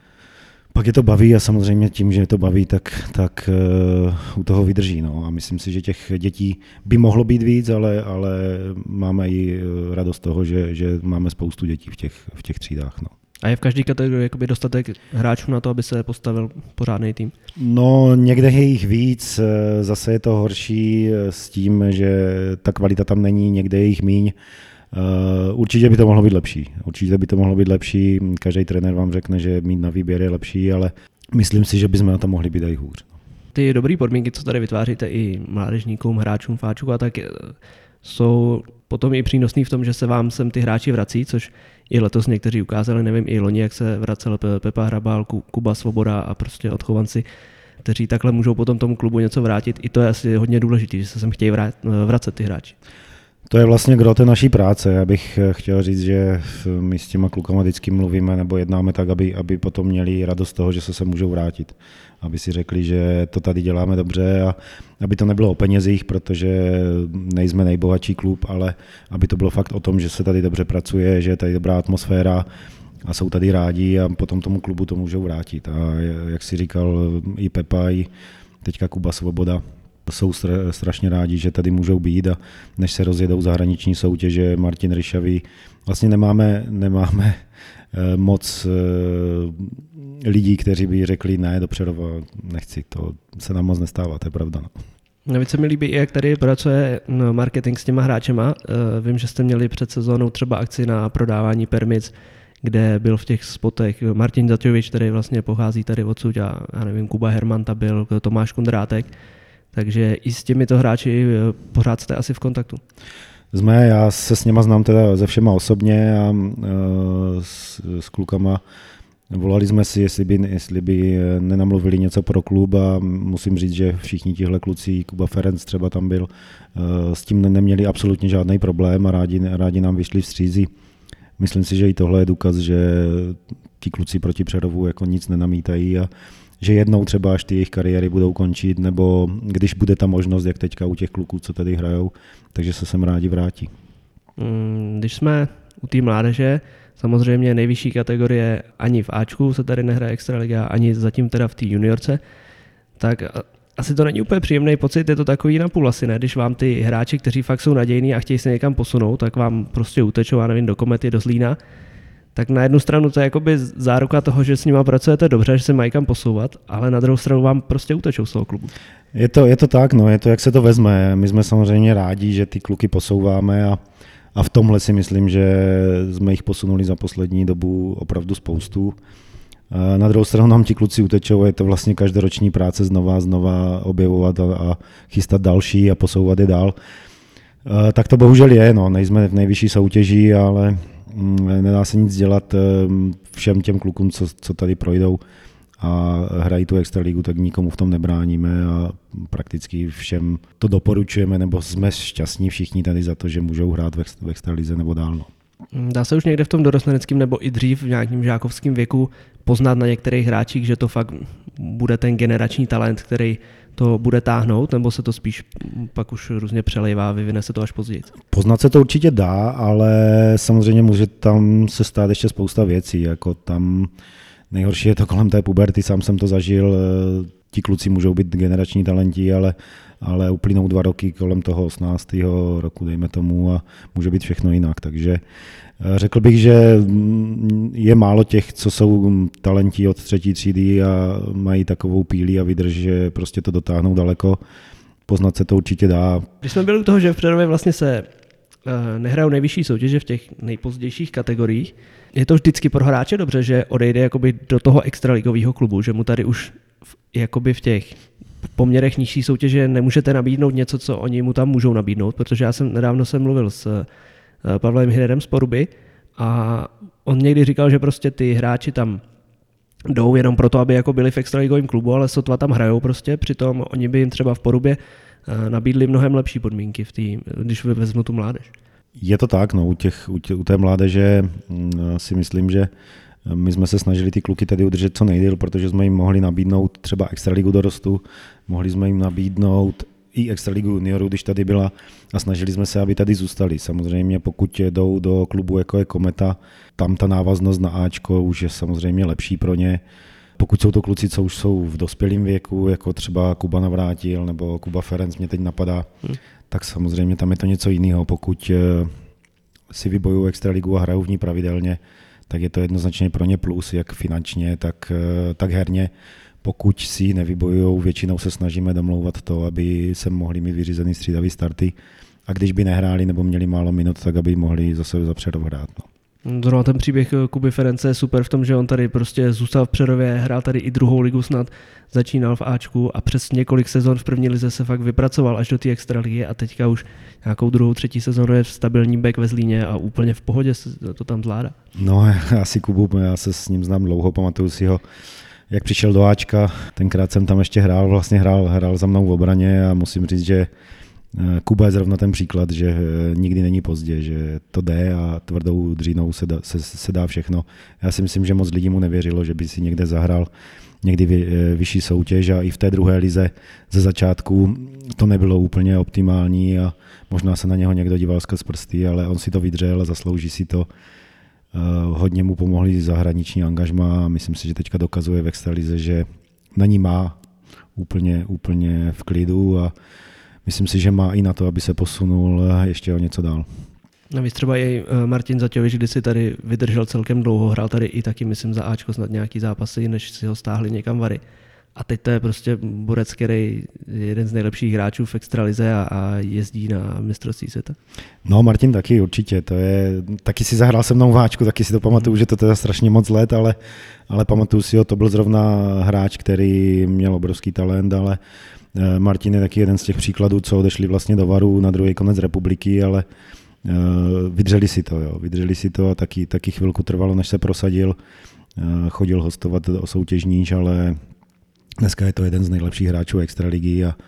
pak je to baví a samozřejmě tím, že to baví, tak, tak uh, u toho vydrží. No. A myslím si, že těch dětí by mohlo být víc, ale, ale máme i radost toho, že, že máme spoustu dětí v těch, v těch třídách. No. A je v každé kategorii jakoby dostatek hráčů na to, aby se postavil pořádný tým? No, někde je jich víc, zase je to horší s tím, že ta kvalita tam není, někde je jich míň. Uh, určitě by to mohlo být lepší. Určitě by to mohlo být lepší. Každý trenér vám řekne, že mít na výběr je lepší, ale myslím si, že bychom na to mohli být i hůř. Ty dobrý podmínky, co tady vytváříte i mládežníkům, hráčům, fáčům a tak, jsou potom i přínosný v tom, že se vám sem ty hráči vrací, což i letos někteří ukázali, nevím, i loni, jak se vracel Pepa Hrabal, Kuba Svoboda a prostě odchovanci, kteří takhle můžou potom tomu klubu něco vrátit. I to je asi hodně důležité, že se sem chtějí vracet ty hráči. To je vlastně gro té naší práce. Já bych chtěl říct, že my s těma klukama vždycky mluvíme nebo jednáme tak, aby, aby potom měli radost z toho, že se sem můžou vrátit. Aby si řekli, že to tady děláme dobře a aby to nebylo o penězích, protože nejsme nejbohatší klub, ale aby to bylo fakt o tom, že se tady dobře pracuje, že je tady dobrá atmosféra a jsou tady rádi a potom tomu klubu to můžou vrátit. A jak si říkal i Pepa, i teďka Kuba Svoboda, jsou strašně rádi, že tady můžou být a než se rozjedou zahraniční soutěže, Martin Ryšavý, vlastně nemáme, nemáme moc lidí, kteří by řekli ne, do Přerova nechci, to se nám moc nestává, to je pravda. No. Navíc se mi líbí, jak tady pracuje marketing s těma hráčema. Vím, že jste měli před sezónou třeba akci na prodávání permic, kde byl v těch spotech Martin Zaťovič, který vlastně pochází tady odsud a já nevím, Kuba Hermanta byl, Tomáš Kundrátek. Takže i s těmito hráči pořád jste asi v kontaktu. Jsme, já se s něma znám teda ze všema osobně a s, s klukama volali jsme si, jestli by, jestli by nenamluvili něco pro klub a musím říct, že všichni tihle kluci, Kuba Ferenc třeba tam byl, s tím neměli absolutně žádný problém a rádi, rádi nám vyšli vstřízi. Myslím si, že i tohle je důkaz, že ti kluci proti Přerovu jako nic nenamítají a že jednou třeba až ty jejich kariéry budou končit, nebo když bude ta možnost, jak teďka u těch kluků, co tady hrajou, takže se sem rádi vrátí. Když jsme u té mládeže, samozřejmě nejvyšší kategorie ani v Ačku se tady nehraje extraliga, ani zatím teda v té juniorce, tak asi to není úplně příjemný pocit, je to takový na půl asi, ne? Když vám ty hráči, kteří fakt jsou nadějní a chtějí se někam posunout, tak vám prostě utečou, já nevím, do Komety, do Zlína. Tak na jednu stranu to je jakoby záruka toho, že s nima pracujete dobře, že se mají kam posouvat, ale na druhou stranu vám prostě utečou z toho klubu. Je to, je to tak, no, je to, jak se to vezme. My jsme samozřejmě rádi, že ty kluky posouváme a, a v tomhle si myslím, že jsme jich posunuli za poslední dobu opravdu spoustu. A na druhou stranu nám ti kluci utečou, je to vlastně každoroční práce znova, znova objevovat a, a chystat další a posouvat je dál. A tak to bohužel je, no, nejsme v nejvyšší soutěži, ale nedá se nic dělat všem těm klukům, co, co tady projdou a hrají tu extraligu, tak nikomu v tom nebráníme a prakticky všem to doporučujeme, nebo jsme šťastní všichni tady za to, že můžou hrát v extralize nebo dál. No. Dá se už někde v tom dorosteneckém nebo i dřív v nějakém žákovském věku poznat na některých hráčích, že to fakt bude ten generační talent, který to bude táhnout, nebo se to spíš pak už různě přelejvá a vyvine se to až později? Poznat se to určitě dá, ale samozřejmě může tam se stát ještě spousta věcí, jako tam nejhorší je to kolem té puberty, sám jsem to zažil, ti kluci můžou být generační talenti, ale, ale uplynou dva roky kolem toho osmnáctého roku, dejme tomu, a může být všechno jinak, takže řekl bych, že je málo těch, co jsou talenti od třetí třídy a mají takovou píli a vydrž, že prostě to dotáhnou daleko. Poznat se to určitě dá. Když jsme byli u toho, že v Přerově vlastně se nehrajou nejvyšší soutěže v těch nejpozdějších kategoriích, je to vždycky pro hráče dobře, že odejde jakoby do toho extraligového klubu, že mu tady už v, jakoby v těch poměrech nižší soutěže nemůžete nabídnout něco, co oni mu tam můžou nabídnout, protože já jsem nedávno jsem mluvil s Pavlem Hyrerem z Poruby a on někdy říkal, že prostě ty hráči tam jdou jenom proto, aby jako byli v extraligovém klubu, ale sotva tam hrajou prostě, přitom oni by jim třeba v Porubě nabídli mnohem lepší podmínky, v tý, když vezmu tu mládež. Je to tak, no, u, těch, u, tě, u té mládeže si myslím, že my jsme se snažili ty kluky tady udržet co nejdýl, protože jsme jim mohli nabídnout třeba extraligu dorostu, mohli jsme jim nabídnout i extraligu juniorů, když tady byla, a snažili jsme se, aby tady zůstali. Samozřejmě pokud jdou do klubu jako je Kometa, tam ta návaznost na Ačko už je samozřejmě lepší pro ně. Pokud jsou to kluci, co už jsou v dospělém věku, jako třeba Kuba Navrátil nebo Kuba Ferenc, mě teď napadá, hmm. tak samozřejmě tam je to něco jiného. Pokud si vybojují extraligu a hrajou v ní pravidelně, tak je to jednoznačně pro ně plus, jak finančně, tak, tak herně. Pokud si nevybojují, většinou se snažíme domlouvat to, aby se mohli mít vyřízený střídavý starty, a když by nehráli nebo měli málo minut, tak aby mohli zase za Přerov hrát. No. Zrovna ten příběh Kuby Ference je super v tom, že on tady prostě zůstal v Přerově, hrál tady i druhou ligu snad, začínal v Ačku a přes několik sezon v první lize se fakt vypracoval až do té extraligy a teďka už nějakou druhou, třetí sezonu je stabilní back ve Zlíně a úplně v pohodě to tam zvládá. No, já si Kubu, já se s ním znám dlouho, pamatuju si ho, jak přišel do Ačka, tenkrát jsem tam ještě hrál, vlastně hrál, hrál za mnou v obraně a musím říct, že Kuba je zrovna ten příklad, že nikdy není pozdě, že to jde a tvrdou dřínou se dá, se, se dá všechno. Já si myslím, že moc lidí mu nevěřilo, že by si někde zahrál někdy vy, vyšší soutěž a i v té druhé lize ze začátku to nebylo úplně optimální a možná se na něho někdo díval skrz prsty, ale on si to vydřel a zaslouží si to. Hodně mu pomohli zahraniční angažma a myslím si, že teďka dokazuje v extralize, že na ní má úplně, úplně v klidu a myslím si, že má i na to, aby se posunul ještě o něco dál. Navíc třeba i Martin Zaťovič, kdy si tady vydržel celkem dlouho, hrál tady i taky, myslím, za Ačko snad nějaký zápasy, než si ho stáhli někam Vary. A teď to je prostě borec, který je jeden z nejlepších hráčů v extralize a, a jezdí na mistrovství světa. No, Martin taky určitě, to je, taky si zahrál se mnou v Ačku, taky si to pamatuju, že to teda strašně moc let, ale, ale pamatuju si ho, to byl zrovna hráč, který měl obrovský talent, ale Martin je taky jeden z těch příkladů, co odešli vlastně do Varu na druhý konec republiky, ale vydřeli si to, jo, vydřeli si to a taky, taky chvilku trvalo, než se prosadil, chodil hostovat o soutěž níž, ale dneska je to jeden z nejlepších hráčů extraligy a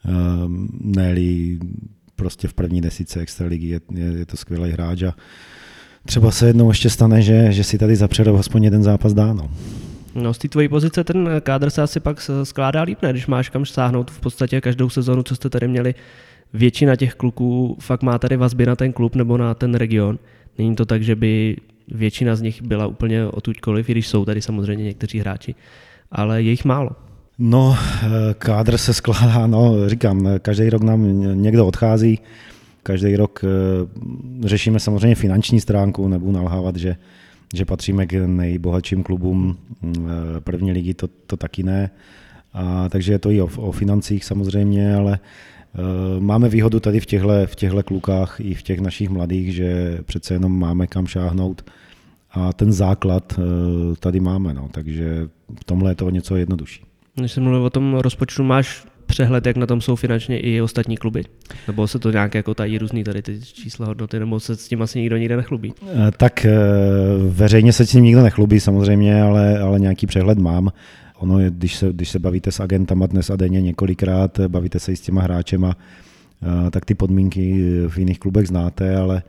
ne-li prostě v první desítce extraligy je, je, je to skvělý hráč a třeba se jednou ještě stane, že, že si tady za Přerov aspoň jeden zápas dá. No. No, z té tvojí pozice ten kádr se asi pak skládá líp, ne? Když máš kam sáhnout v podstatě každou sezonu, co jste tady měli, většina těch kluků fakt má tady vazby na ten klub nebo na ten region. Není to tak, že by většina z nich byla úplně odtuďkoliv, i když jsou tady samozřejmě někteří hráči, ale je jich málo. No, kádr se skládá, no, říkám, každý rok nám někdo odchází, každý rok řešíme samozřejmě finanční stránku, nebudu nalhávat, že že patříme k nejbohatším klubům první ligy, to, to taky ne. A, takže je to i o, o financích samozřejmě, ale uh, máme výhodu tady v těchto v těchto klukách i v těch našich mladých, že přece jenom máme kam šáhnout a ten základ uh, tady máme, no, takže v tomhle je to něco jednodušší. Když jsem mluvil o tom rozpočtu, máš přehled, jak na tom jsou finančně i ostatní kluby? Nebo se to nějak jako tají různý tady ty čísla hodnoty, nebo se s tím asi nikdo nikde nechlubí? Tak veřejně se s tím nikdo nechlubí samozřejmě, ale, ale nějaký přehled mám. ono je, když se, když se bavíte s agentama dnes a denně několikrát, bavíte se i s těma hráčema, tak ty podmínky v jiných klubech znáte, ale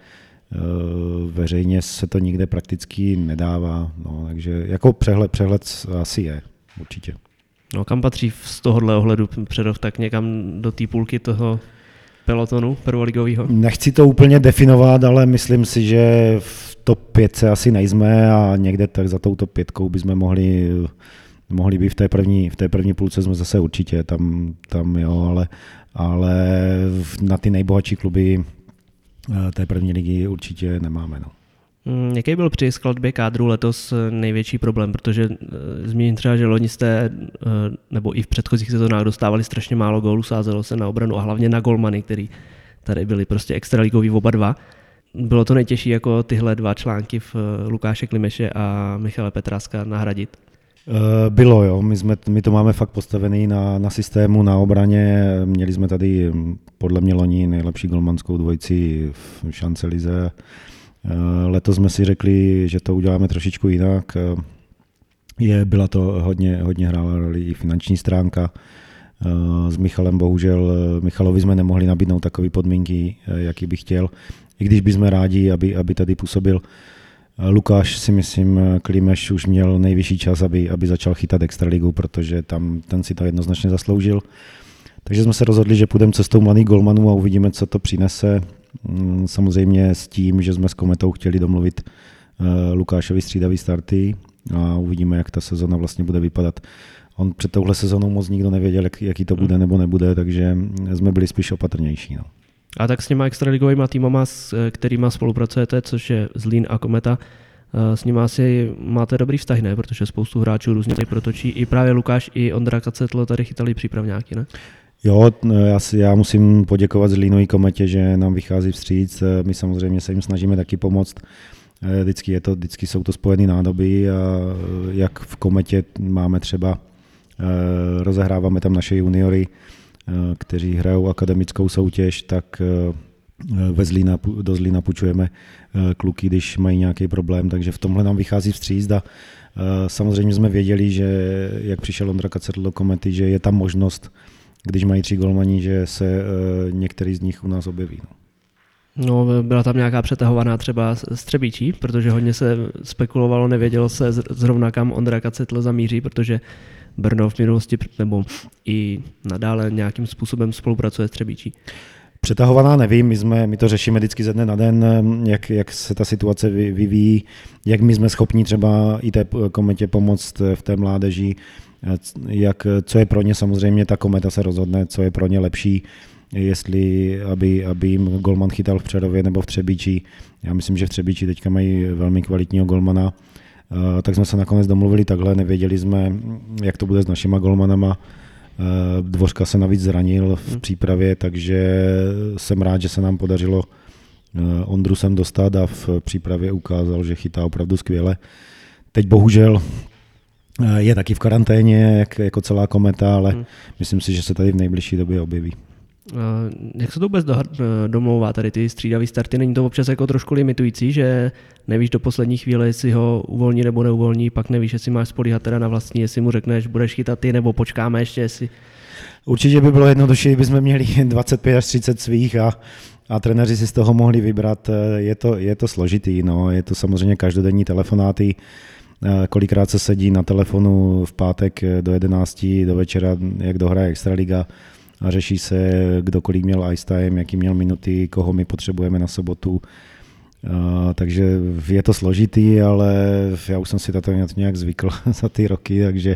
veřejně se to nikde prakticky nedává. No, takže jako přehled, přehled asi je, určitě. No, kam patří z tohohle ohledu Přerov, tak někam do té půlky toho pelotonu prvoligového? Nechci to úplně definovat, ale myslím si, že v top pětce asi nejsme a někde tak za touto pětkou bychom mohli, mohli být v té první, v té první půlce jsme zase určitě, tam, tam jo, ale, ale na ty nejbohatší kluby té první ligy určitě nemáme. No. Jaký byl při skladbě kádru letos největší problém? Protože zmíním třeba, že loni jste, nebo i v předchozích sezónách dostávali strašně málo gólů, sázelo se na obranu a hlavně na golmany, který tady byli prostě extraligoví oba dva. Bylo to nejtěžší jako tyhle dva články v Lukáše Klimeše a Michale Petráska nahradit? Bylo, jo. My, jsme, my to máme fakt postavený na, na systému, na obraně. Měli jsme tady podle mě loni nejlepší golmanskou dvojici v šance lize. Letos jsme si řekli, že to uděláme trošičku jinak. Je, byla to hodně, hodně hrála roli i finanční stránka. S Michalem bohužel, Michalovi jsme nemohli nabídnout takové podmínky, jaký by chtěl. I když bychom rádi, aby, aby tady působil. Lukáš si myslím, Klimeš už měl nejvyšší čas, aby, aby začal chytat extraligu, protože tam ten si to jednoznačně zasloužil. Takže jsme se rozhodli, že půjdeme cestou mladých golmanů a uvidíme, co to přinese. Samozřejmě s tím, že jsme s Kometou chtěli domluvit Lukášovi střídavý starty a uvidíme, jak ta sezona vlastně bude vypadat. On před touhle sezónou moc nikdo nevěděl, jak, jaký to bude nebo nebude, takže jsme byli spíš opatrnější. No. A tak s těma extraligovými týmama, s kterýma spolupracujete, což je Zlín a Kometa, s nimi asi máte dobrý vztah, ne? Protože spoustu hráčů různě tady protočí. I právě Lukáš, i Ondra Kacetlo tady chytali přípravňáky, ne? Jo, já, si, já musím poděkovat Zlínovi Kometě, že nám vychází vstříc. My samozřejmě se jim snažíme taky pomoct. Vždycky, je to, vždycky jsou to spojené nádoby a jak v Kometě máme třeba, rozehráváme tam naše juniory, kteří hrajou akademickou soutěž, tak ve Zlína, do Zlína půjčujeme kluky, když mají nějaký problém, takže v tomhle nám vychází vstříc. A samozřejmě jsme věděli, že jak přišel Ondra Kacetl do Komety, že je tam možnost, když mají tři golmani, že se některý z nich u nás objeví. No, byla tam nějaká přetahovaná třeba z Třebíčí, protože hodně se spekulovalo, nevědělo se zrovna kam Ondra Kacetl zamíří, protože Brno v minulosti nebo i nadále nějakým způsobem spolupracuje s Třebíčí. Přetahovaná nevím, my, jsme, my to řešíme vždycky ze dne na den, jak, jak se ta situace vyvíjí, jak my jsme schopni třeba i té Kometě pomoct v té mládeži, jak, co je pro ně samozřejmě, ta Kometa se rozhodne, co je pro ně lepší, jestli aby, aby jim golman chytal v Přerově nebo v Třebíči. Já myslím, že v Třebíči teďka mají velmi kvalitního golmana, tak jsme se nakonec domluvili takhle, nevěděli jsme, jak to bude s našima golmanama. Dvořka se navíc zranil v přípravě, takže jsem rád, že se nám podařilo Ondru sem dostat a v přípravě ukázal, že chytá opravdu skvěle. Teď bohužel je taky v karanténě, jak, jako celá Kometa, ale hmm. myslím si, že se tady v nejbližší době objeví. Jak se to vůbec domlouvá tady ty střídavý starty? Není to občas jako trošku limitující, že nevíš do poslední chvíle, jestli ho uvolní nebo neuvolní, pak nevíš, jestli máš spolíhat teda na vlastní, jestli mu řekneš, budeš chytat ty, nebo počkáme ještě, jestli... Určitě by bylo jednodušší, kdybychom měli dvacet pět až třicet svých a, a trenéři si z toho mohli vybrat. Je to, je to složitý, no. Je to samozřejmě každodenní telefonáty, kolikrát se sedí na telefonu v pátek do jedenácti do večera, jak dohraje Extraliga, a řeší se, kdo kolik měl ice time, jaký měl minuty, koho my potřebujeme na sobotu. Uh, takže je to složitý, ale já už jsem si to nějak zvykl za ty roky, takže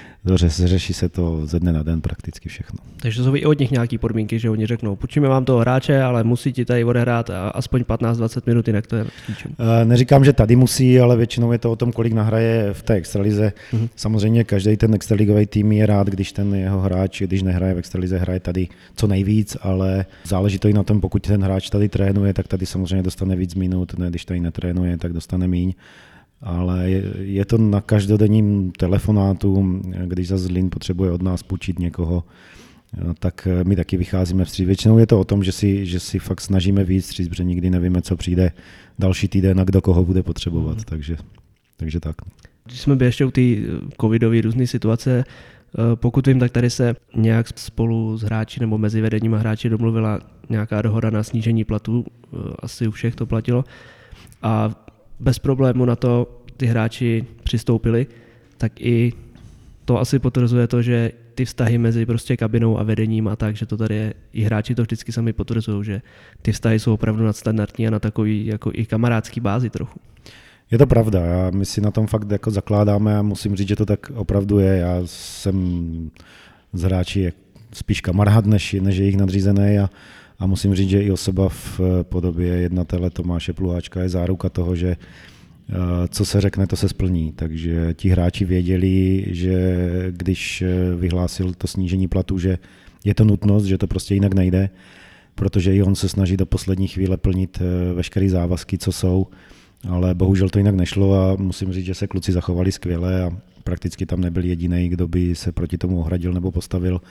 řeší se to ze dne na den prakticky všechno. Takže jsou i od nich nějaké podmínky, že oni řeknou, půjčíme vám toho hráče, ale musí ti tady odehrát aspoň patnáct dvacet minut, jinak to je klíčem. Neříkám, že tady musí, ale většinou je to o tom, kolik nahraje v té extralize. Mm-hmm. Samozřejmě každý ten extraligový tým je rád, když ten jeho hráč, když nehraje v extralize, hraje tady co nejvíc, ale záleží to i na tom, pokud ten hráč tady trénuje, tak tady samozřejmě dostane víc minut, ne, když tady netrénuje, tak dostane míň. Ale je, je to na každodenním telefonátu, když za Zlín potřebuje od nás půjčit někoho, tak my taky vycházíme vstříc. Většinou je to o tom, že si, že si fakt snažíme víc vstříc, protože nikdy nevíme, co přijde další týden a kdo koho bude potřebovat, takže, takže tak. Když jsme byli ještě u té covidové různé situace, pokud vím, tak tady se nějak spolu s hráči nebo mezi vedením a hráči domluvila nějaká dohoda na snížení platů, asi u všech to platilo a bez problému na to ty hráči přistoupili, tak i to asi potvrzuje to, že ty vztahy mezi prostě kabinou a vedením a tak, že to tady je, i hráči to vždycky sami potvrzují, že ty vztahy jsou opravdu nadstandardní a na takový jako i kamarádský bázi trochu. Je to pravda, a my si na tom fakt jako zakládáme a musím říct, že to tak opravdu je. Já jsem z hráči spíš kamarád, než, než jejich nadřízený a, a musím říct, že i osoba v podobě jednatele Tomáše Pluháčka je záruka toho, že co se řekne, to se splní. Takže ti hráči věděli, že když vyhlásil to snížení platu, že je to nutnost, že to prostě jinak nejde, protože i on se snaží do poslední chvíle plnit veškeré závazky, co jsou, ale bohužel to jinak nešlo a musím říct, že se kluci zachovali skvěle a prakticky tam nebyl jediný, kdo by se proti tomu ohradil nebo postavil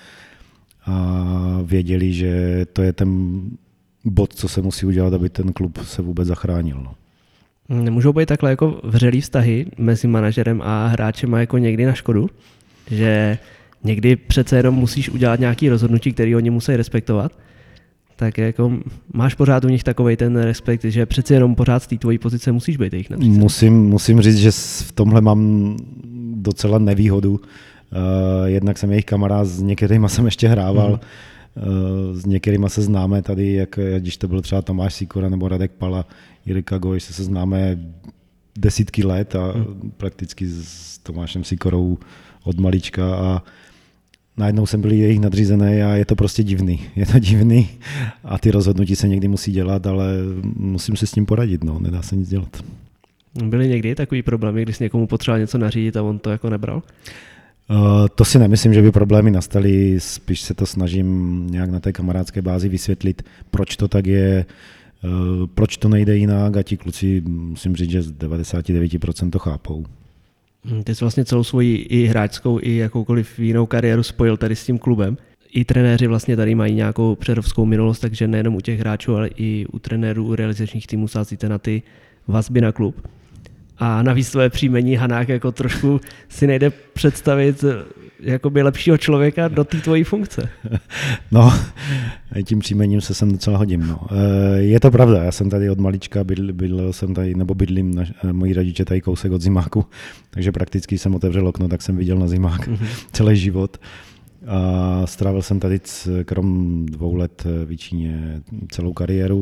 a věděli, že to je ten bod, co se musí udělat, aby ten klub se vůbec zachránil. No. Nemůžou být takhle jako vřelý vztahy mezi manažerem a hráčem jako někdy na škodu, že někdy přece jenom musíš udělat nějaký rozhodnutí, který oni musí respektovat, tak jako máš pořád u nich takovej ten respekt, že přece jenom pořád z té tvojí pozice musíš být jejich nadřízený. Musím, musím říct, že v tomhle mám docela nevýhodu. Uh, jednak jsem jejich kamarád, s některýma jsem ještě hrával, mm. uh, s některýma se známe tady, jak když to byl třeba Tomáš Sikora nebo Radek Pala, Jirka Gojš, se známe desítky let a mm. prakticky s Tomášem Sikorou od malička a najednou jsem byl jejich nadřízený a je to prostě divný. Je to divný a ty rozhodnutí se někdy musí dělat, ale musím si s tím poradit, no, nedá se nic dělat. Byly někdy takový problémy, když jsi někomu potřeboval něco nařídit a on to jako nebral? Uh, to si nemyslím, že by problémy nastaly, spíš se to snažím nějak na té kamarádské bázi vysvětlit, proč to tak je, uh, proč to nejde jinak a ti kluci, musím říct, že z devadesát devět procent to chápou. Ty jsi vlastně celou svoji i hráčskou, i jakoukoliv jinou kariéru spojil tady s tím klubem. I trenéři vlastně tady mají nějakou přerovskou minulost, takže nejenom u těch hráčů, ale i u trenérů, u realizačních týmů sázíte na ty vazby na klub. A navíc tvoje příjmení Hanák jako trošku si nejde představit jakoby lepšího člověka do té tvojí funkce. No, tím příjmením se sem docela hodím. No. Je to pravda, já jsem tady od malička, bydl, bydlel jsem tady, nebo bydlím, na, moji rodiče tady kousek od Zimáku, takže prakticky jsem otevřel okno, tak jsem viděl na Zimák mm-hmm. celý život. A strávil jsem tady krom dvou let v Jičíně celou kariéru,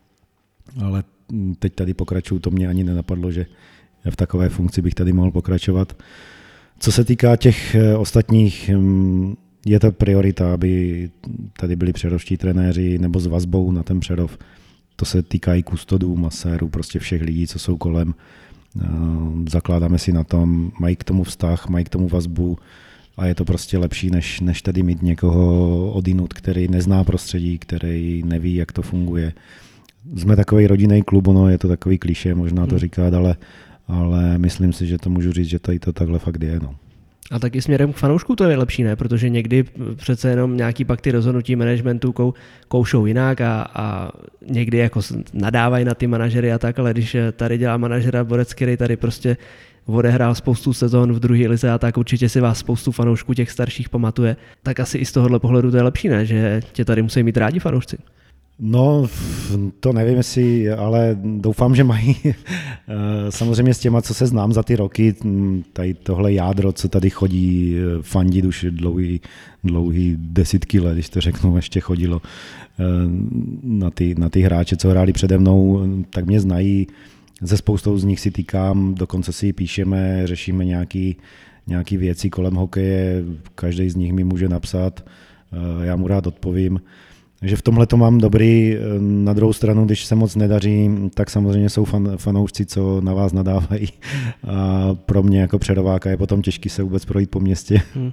ale teď tady pokračuju, to mě ani nenapadlo, že v takové funkci bych tady mohl pokračovat. Co se týká těch ostatních, je to priorita, aby tady byli přerovští trenéři nebo s vazbou na ten Přerov. To se týká i kustodů, masérů, prostě všech lidí, co jsou kolem. Zakládáme si na tom, mají k tomu vztah, mají k tomu vazbu a je to prostě lepší, než, než tady mít někoho odinut, který nezná prostředí, který neví, jak to funguje. Jsme takový rodinný klub, ono je to takový klišé, možná to říkat, ale, ale myslím si, že to můžu říct, že tady to takhle fakt je. No. A taky směrem k fanoušku to je lepší, ne? Protože někdy přece jenom nějaký pak ty rozhodnutí managementu kou, koušou jinak a, a někdy jako nadávají na ty manažery a tak, ale když tady dělá manažera Borec, který tady prostě odehrál spoustu sezon v druhé lize a tak určitě si vás spoustu fanoušků těch starších pamatuje, tak asi i z tohohle pohledu to je lepší, ne? Že tě tady musí mít rádi fanoušci. No, to nevím, jestli, ale doufám, že mají. Samozřejmě s těma, co se znám za ty roky, tady tohle jádro, co tady chodí fandit už dlouhý, dlouhý desítky let, když to řeknu, ještě chodilo na ty, na ty hráče, co hráli přede mnou, tak mě znají. Ze spoustou z nich si týkám, dokonce si píšeme, řešíme nějaký, nějaký věci kolem hokeje, každý z nich mi může napsat, já mu rád odpovím. Takže v tomhle to mám dobrý. Na druhou stranu, když se moc nedaří, tak samozřejmě jsou fan, fanoušci, co na vás nadávají. A pro mě jako Přerováka je potom těžký se vůbec projít po městě. Hmm.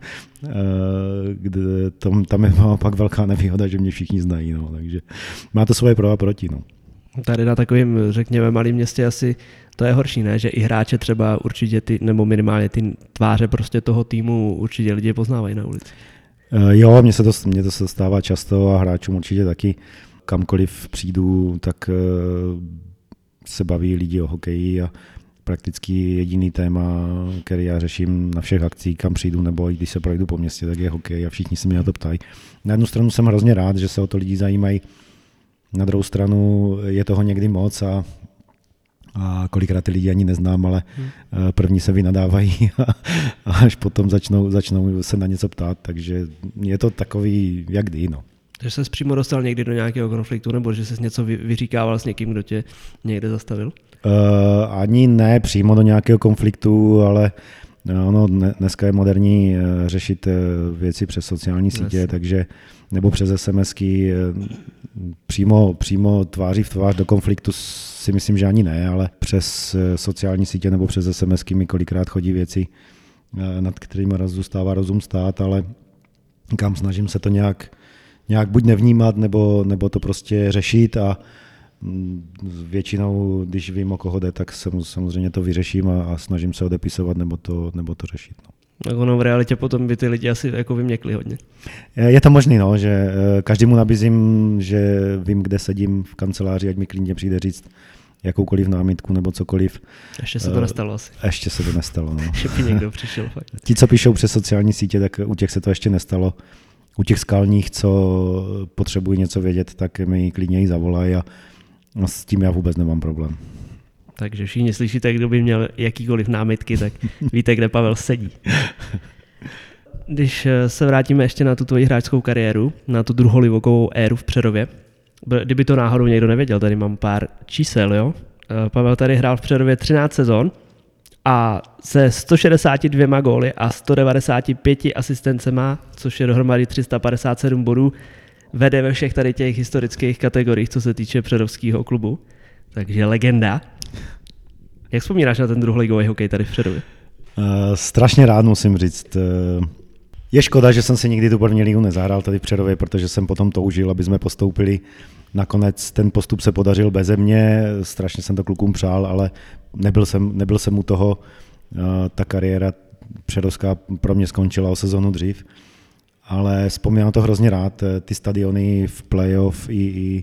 Kde tom, tam je pak velká nevýhoda, že mě všichni znají. No. Takže má to svoje pro a proti. No. Tady na takovým, řekněme, malém městě asi to je horší, ne? Že i hráče třeba určitě ty, nebo minimálně ty tváře prostě toho týmu určitě lidi poznávají na ulici. Jo, mně se to, mně to se stává často a hráčům určitě taky. Kamkoliv přijdu, tak se baví lidi o hokeji a prakticky jediný téma, který já řeším na všech akcích, kam přijdu, nebo i když se projdu po městě, tak je hokej a všichni se mě na to ptají. Na jednu stranu jsem hrozně rád, že se o to lidi zajímají, na druhou stranu je toho někdy moc a, a kolikrát ty lidi ani neznám, ale hmm. první se vynadávají a, a až potom začnou, začnou se na něco ptát, takže je to takový jak kdy, no. Takže ses přímo dostal někdy do nějakého konfliktu, nebo že ses něco vyříkával s někým, kdo tě někde zastavil? Uh, ani ne přímo do nějakého konfliktu, ale ono dneska je moderní řešit věci přes sociální sítě, yes. takže nebo přes SMSky, přímo, přímo tváří v tvář do konfliktu si myslím, že ani ne, ale přes sociální sítě nebo přes SMSky mi kolikrát chodí věci, nad kterými zůstává rozum stát, ale kam snažím se to nějak, nějak buď nevnímat, nebo, nebo to prostě řešit a většinou, když vím, o koho jde, tak samozřejmě to vyřeším a, a snažím se odepisovat nebo to, nebo to řešit. No. Tak ono v realitě potom by ty lidi asi jako vyměkli hodně. Je to možný, no, že každému nabízím, že vím, kde sedím v kanceláři, ať mi klidně přijde říct jakoukoliv námitku nebo cokoliv. Ještě se to nestalo asi. Ještě se to nestalo, no. Ještě by někdo přišel fakt. Ti, co píšou přes sociální sítě, tak u těch se to ještě nestalo. U těch skalních, co potřebují něco vědět, tak mi klidně jí zavolají a s tím já vůbec nemám problém. Takže všichni slyšíte, kdo by měl jakýkoliv námitky, tak víte, kde Pavel sedí. Když se vrátíme ještě na tu tvoji hráčskou kariéru, na tu druholigovou éru v Přerově, kdyby to náhodou někdo nevěděl, tady mám pár čísel, jo. Pavel tady hrál v Přerově třináct sezon a se sto šedesát dva góly a sto devadesát pět asistencema, což je dohromady tři sta padesát sedm bodů, vede ve všech tady těch historických kategoriích, co se týče přerovského klubu. Takže legenda. Jak vzpomínáš na ten druholigový hokej tady v Přerově? Uh, strašně rád, musím říct. Uh, je škoda, že jsem si nikdy tu první ligu nezahrál tady v Přerově, protože jsem potom toužil, aby jsme postoupili. Nakonec ten postup se podařil beze mě, strašně jsem to klukům přál, ale nebyl jsem, nebyl jsem u toho. Uh, ta kariéra přerovská pro mě skončila o sezonu dřív. Ale vzpomínám to hrozně rád, ty stadiony v playoff i, i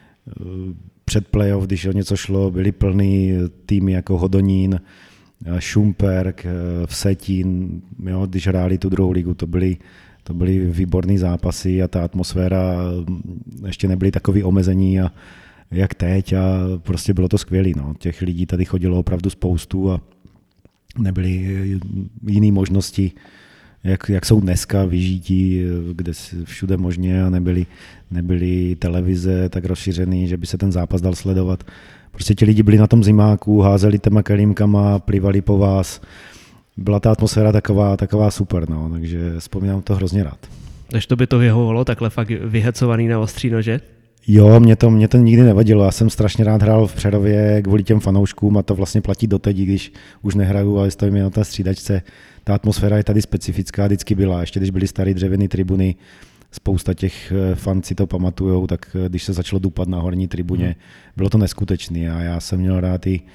před playoff, když o něco šlo, byly plný týmy jako Hodonín, Šumperk, Vsetín, jo, když hráli tu druhou ligu, to byly, to byly výborný zápasy a ta atmosféra, ještě nebyly takový omezení a jak teď a prostě bylo to skvělé. No. Těch lidí tady chodilo opravdu spoustu a nebyly jiné možnosti, Jak, jak jsou dneska vyžití, kde všude možně a nebyly, nebyly televize tak rozšířený, že by se ten zápas dal sledovat. Prostě ti lidi byli na tom zimáku, házeli těma kelímkama, plivali po vás. Byla ta atmosféra taková, taková super, no, takže vzpomínám to hrozně rád. Takže to by to vyhovovalo, takhle fakt vyhecovaný na ostří nože? Jo, mě to, mě to nikdy nevadilo. Já jsem strašně rád hrál v Přerově kvůli těm fanouškům a to vlastně platí doteď, když už nehraju, ale stojím na té střídačce. Ta atmosféra je tady specifická, vždycky byla. Ještě když byly staré dřevěné tribuny, spousta těch fan si to pamatujou, tak když se začalo dupat na horní tribuně, bylo to neskutečné a já jsem měl rád i,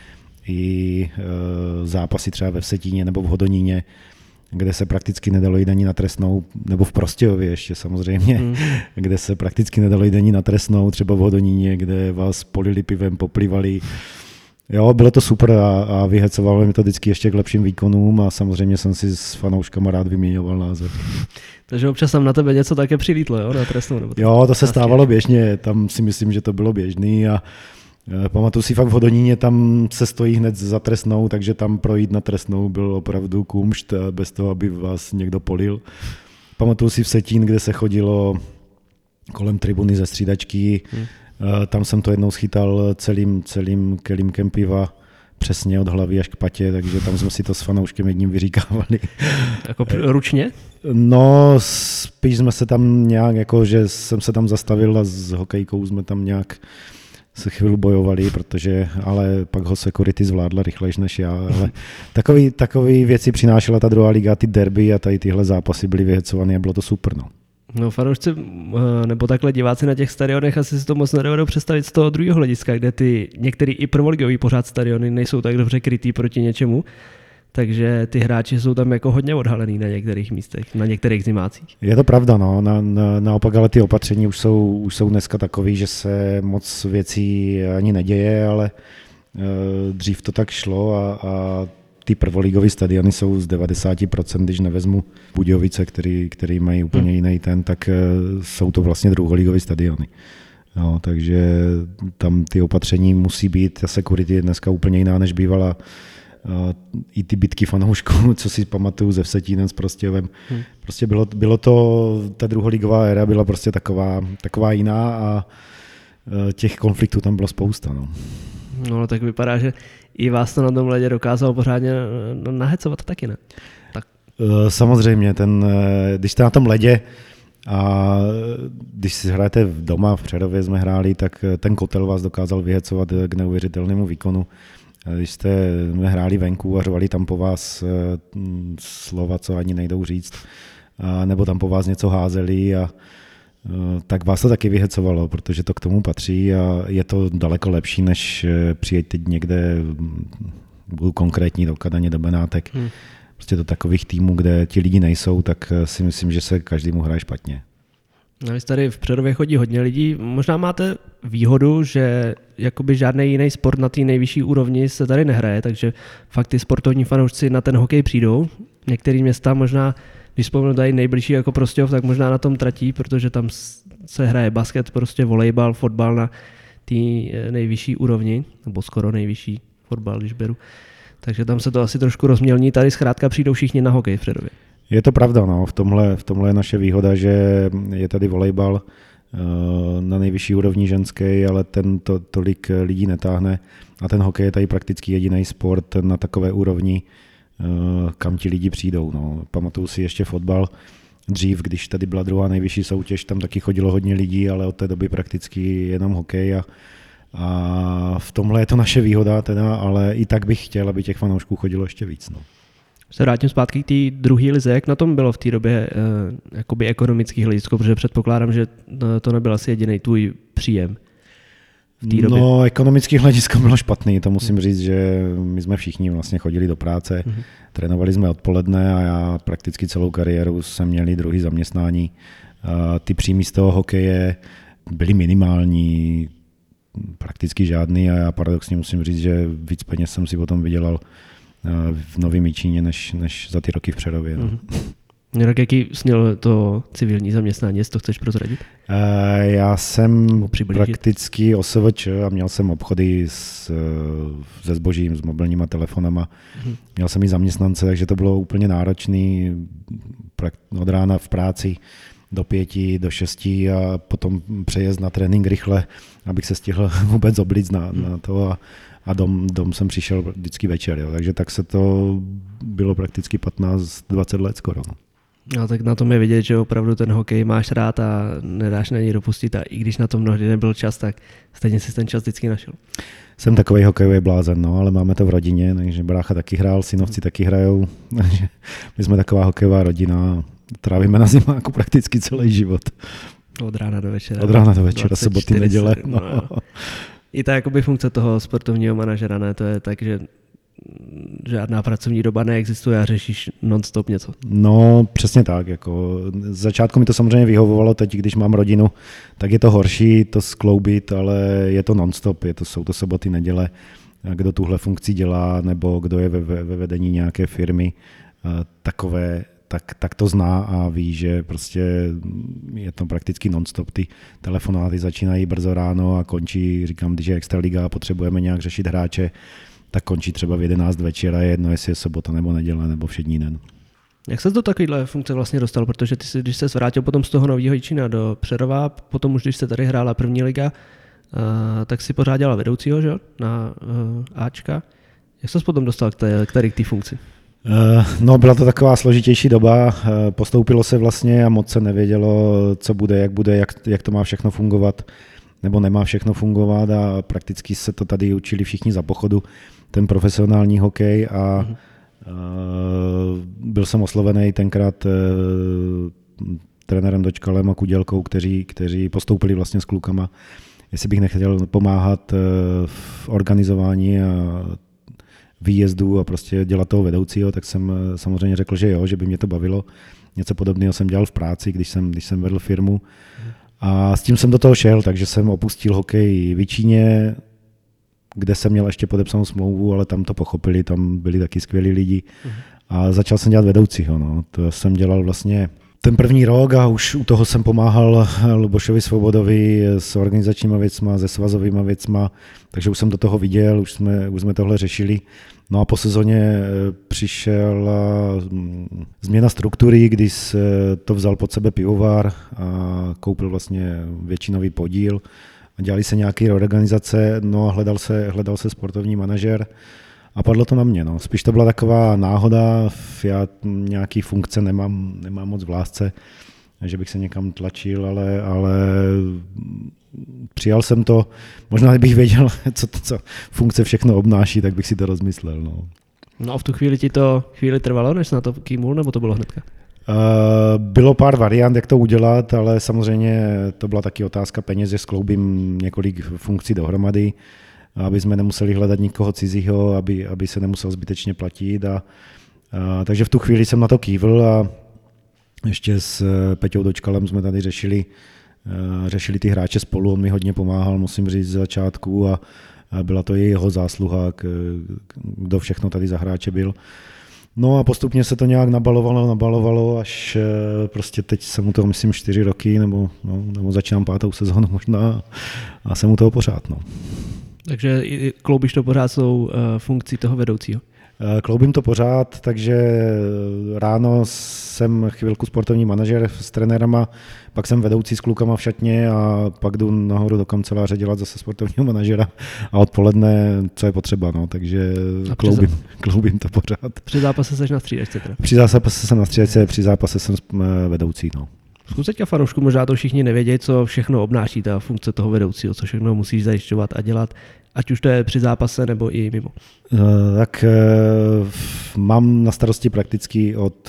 i zápasy třeba ve Vsetíně nebo v Hodoníně, kde se prakticky nedalo jít ani na trestnou, nebo v Prostějově ještě samozřejmě, mm. kde se prakticky nedalo jít ani na trestnou, třeba v Hodoníně, kde vás polili pivem, poplivali. Jo, bylo to super a, a vyhecovalo mi to vždycky ještě k lepším výkonům a samozřejmě jsem si s fanouškama rád vyměňoval názor. Takže občas tam na tebe něco také přilítlo, jo, na trestnou? Nebo jo, to se stávalo běžně, tam si myslím, že to bylo běžný a pamatuju si fakt v Hodoníně, tam se stojí hned za trestnou, takže tam projít na trestnou byl opravdu kumšt bez toho, aby vás někdo polil. Pamatuju si v Setín, kde se chodilo kolem tribuny ze střídačky, hmm. tam jsem to jednou schytal celým, celým kelímkem piva, přesně od hlavy až k patě, takže tam jsme si to s fanouškem jedním vyříkávali. Jako ručně? No, spíš jsme se tam nějak, jako, že jsem se tam zastavil a s hokejkou jsme tam nějak se chvíli bojovali, protože, ale pak ho security zvládla rychlejš než já, ale takový, takový věci přinášela ta druhá liga, ty derby a tady tyhle zápasy byly vyhecované a bylo to super, no. No fanoušci, nebo takhle diváci na těch stadionech asi si to moc nedovedou představit z toho druhého hlediska, kde ty některý i prvoligový pořád stadiony nejsou tak dobře krytý proti něčemu, takže ty hráči jsou tam jako hodně odhalený na některých místech, na některých zimácích. Je to pravda, no. Na, na, naopak ale ty opatření už jsou, už jsou dneska takový, že se moc věcí ani neděje, ale Dřív to tak šlo a, a ty prvoligové stadiony jsou z devadesát procent, když nevezmu Budějovice, který, který mají úplně hmm. jiný ten, tak jsou to vlastně druholigové stadiony. No, takže tam ty opatření musí být, ta security je dneska úplně jiná, než bývala. I ty bitky fanoušků, co si pamatuju ze Vsetínem s Prostějovem. Hmm. Prostě bylo, bylo to, ta druholigová éra byla prostě taková, taková jiná a těch konfliktů tam bylo spousta. No. No tak vypadá, že i vás to na tom ledě dokázalo pořádně nahecovat taky, ne? Tak. Samozřejmě, ten, když jste na tom ledě a když si hrajete doma, v Přerově jsme hráli, tak ten kotel vás dokázal vyhecovat k neuvěřitelnému výkonu. Když jste hráli venku a řvali tam po vás slova, co ani nejdou říct, nebo tam po vás něco házeli, a, tak vás to taky vyhecovalo, protože to k tomu patří a je to daleko lepší, než přijet teď někde, budu konkrétní, do Kadaně, do Benátek. Hmm. Prostě do takových týmů, kde ti lidi nejsou, tak si myslím, že se každému hraje špatně. No, tady v Přerově chodí hodně lidí. Možná máte výhodu, že jakoby žádný jiný sport na té nejvyšší úrovni se tady nehraje, takže fakt ty sportovní fanoušci na ten hokej přijdou. Některé města možná, když vzpomenu tady nejbližší jako Prostějov, tak možná na tom tratí, protože tam se hraje basket, prostě volejbal, fotbal na té nejvyšší úrovni, nebo skoro nejvyšší fotbal, když beru. Takže tam se to asi trošku rozmělní. Tady zkrátka přijdou všichni na hokej v Přerově. Je to pravda, no. v, tomhle, v tomhle je naše výhoda, že je tady volejbal na nejvyšší úrovni ženské, ale ten to, tolik lidí netáhne a ten hokej je tady prakticky jediný sport na takové úrovni, kam ti lidi přijdou. No. Pamatuju si ještě fotbal dřív, když tady byla druhá nejvyšší soutěž, tam taky chodilo hodně lidí, ale od té doby prakticky jenom hokej a, a v tomhle je to naše výhoda, teda, ale i tak bych chtěl, aby těch fanoušků chodilo ještě víc. No. Se vrátím zpátky k té druhé lize, jak na tom bylo v té době eh, jakoby ekonomických hledisko, protože předpokládám, že to nebyl asi jediný tvůj příjem v té době. No, ekonomických hledisko bylo špatný, to musím říct, že my jsme všichni vlastně chodili do práce, mm-hmm. trénovali jsme odpoledne a já prakticky celou kariéru jsem měl druhý zaměstnání. A ty příjmy z toho hokeje byly minimální, prakticky žádný a já paradoxně musím říct, že víc peněz jsem si potom vydělal v Novém Jičíně, než, než za ty roky v Přerově. No. Mm-hmm. Tak jaký směl to civilní zaměstnání, jestli to chceš prozradit? Já jsem prakticky O S V Č a měl jsem obchody s, se zbožím, s mobilníma telefonama. Mm-hmm. Měl jsem i zaměstnance, takže to bylo úplně náročný od rána v práci do pěti, do šesti a potom přejezd na trénink rychle, abych se stihl vůbec oblíct na, mm. na to a A dom, dom jsem přišel vždycky večer, jo. Takže tak se to bylo prakticky patnáct dvacet let skoro. No tak na tom je vidět, že opravdu ten hokej máš rád a nedáš na něj dopustit a i když na tom mnohdy nebyl čas, tak stejně si ten čas vždycky našel. Jsem takový hokejový blázen, no, ale máme to v rodině, takže brácha taky hrál, synovci taky hrajou, takže my jsme taková hokejová rodina, trávíme na zimáku prakticky celý život. Od rána do večera. Od rána do večera, soboty, neděle. No. No, no. I ta jakoby funkce toho sportovního manažera, ne? To je tak, že žádná pracovní doba neexistuje a řešíš non-stop něco. No, přesně tak. Jako, z začátku mi to samozřejmě vyhovovalo, teď, když mám rodinu, tak je to horší to skloubit, ale je to non-stop, je to, jsou to soboty, neděle, kdo tuhle funkci dělá, nebo kdo je ve, ve vedení nějaké firmy, takové, tak, tak to zná a ví, že prostě je to prakticky non-stop. Ty telefonáty začínají brzo ráno a končí, říkám, když je extraliga a potřebujeme nějak řešit hráče, tak končí třeba v jedenáct večera, je jedno, jestli je sobota nebo neděle nebo všední den. Jak se do takovéhle funkce vlastně dostal? Protože ty, když se vrátil potom z toho Nového Jičína do Přerova, potom už když se tady hrála první liga, uh, tak si pořád dělal vedoucího, že? Na uh, Ačka. Jak se potom dostal k té, k tady k té funkci? No, byla to taková složitější doba, postoupilo se vlastně a moc se nevědělo, co bude, jak bude, jak, jak to má všechno fungovat, nebo nemá všechno fungovat a prakticky se to tady učili všichni za pochodu, ten profesionální hokej a mhm. byl jsem oslovený tenkrát trenérem Dočkalem a Kudělkou, kteří, kteří postoupili vlastně s klukama, jestli bych nechtěl pomáhat v organizování a výjezdů a prostě dělat toho vedoucího, tak jsem samozřejmě řekl, že jo, že by mě to bavilo. Něco podobného jsem dělal v práci, když jsem, když jsem vedl firmu. A s tím jsem do toho šel, takže jsem opustil hokej v Jičíně, kde jsem měl ještě podepsanou smlouvu, ale tam to pochopili, tam byli taky skvělí lidi. A začal jsem dělat vedoucího. No. To jsem dělal vlastně ten první rok a už u toho jsem pomáhal Lubošovi Svobodovi s organizačníma věcma, se svazovýma věcma, takže už jsem do toho viděl, už jsme, už jsme tohle řešili. No a po sezóně přišel změna struktury, kdy to vzal pod sebe pivovar a koupil vlastně většinový podíl. Dělali se nějaké reorganizace, no a hledal se, hledal se sportovní manažer a padlo to na mě. No. Spíš to byla taková náhoda, já nějaký funkce nemám, nemám moc v lásce, že bych se někam tlačil, ale, ale přijal jsem to. Možná kdybych věděl, co, co funkce všechno obnáší, tak bych si to rozmyslel. No, no a v tu chvíli ti to chvíli trvalo, než jsi na to kýmul, nebo to bylo hnedka? Uh, bylo pár variant, jak to udělat, ale samozřejmě to byla taky otázka peněz, že skloubím několik funkcí dohromady, aby jsme nemuseli hledat nikoho cizího, aby, aby se nemusel zbytečně platit. A, a, takže v tu chvíli jsem na to kývl a ještě s Peťou Dočkalem jsme tady řešili, uh, řešili ty hráče spolu, on mi hodně pomáhal, musím říct, z začátku a, a byla to i jeho zásluha, k, kdo všechno tady za hráče byl. No a postupně se to nějak nabalovalo, nabalovalo, až prostě teď jsem u toho, myslím, čtyři roky, nebo, no, nebo začínám pátou sezónu možná a jsem u toho pořád. No. Takže kloubíš to pořád s tou uh, funkcí toho vedoucího? Kloubím to pořád, takže ráno jsem chvilku sportovní manažer s trenérama, pak jsem vedoucí s klukama v šatně a pak jdu nahoru do kanceláře dělat zase sportovního manažera a odpoledne, co je potřeba, no, takže kloubím, kloubím to pořád. Při zápase seš na střídačce teda? Při zápase jsem na střídačce, při zápase jsem vedoucí, no. Zkus teďka fanoušku, možná to všichni nevědějí, co všechno obnáší ta funkce toho vedoucího, co všechno musíš zajišťovat a dělat, ať už to je při zápase nebo i mimo. Tak mám na starosti prakticky od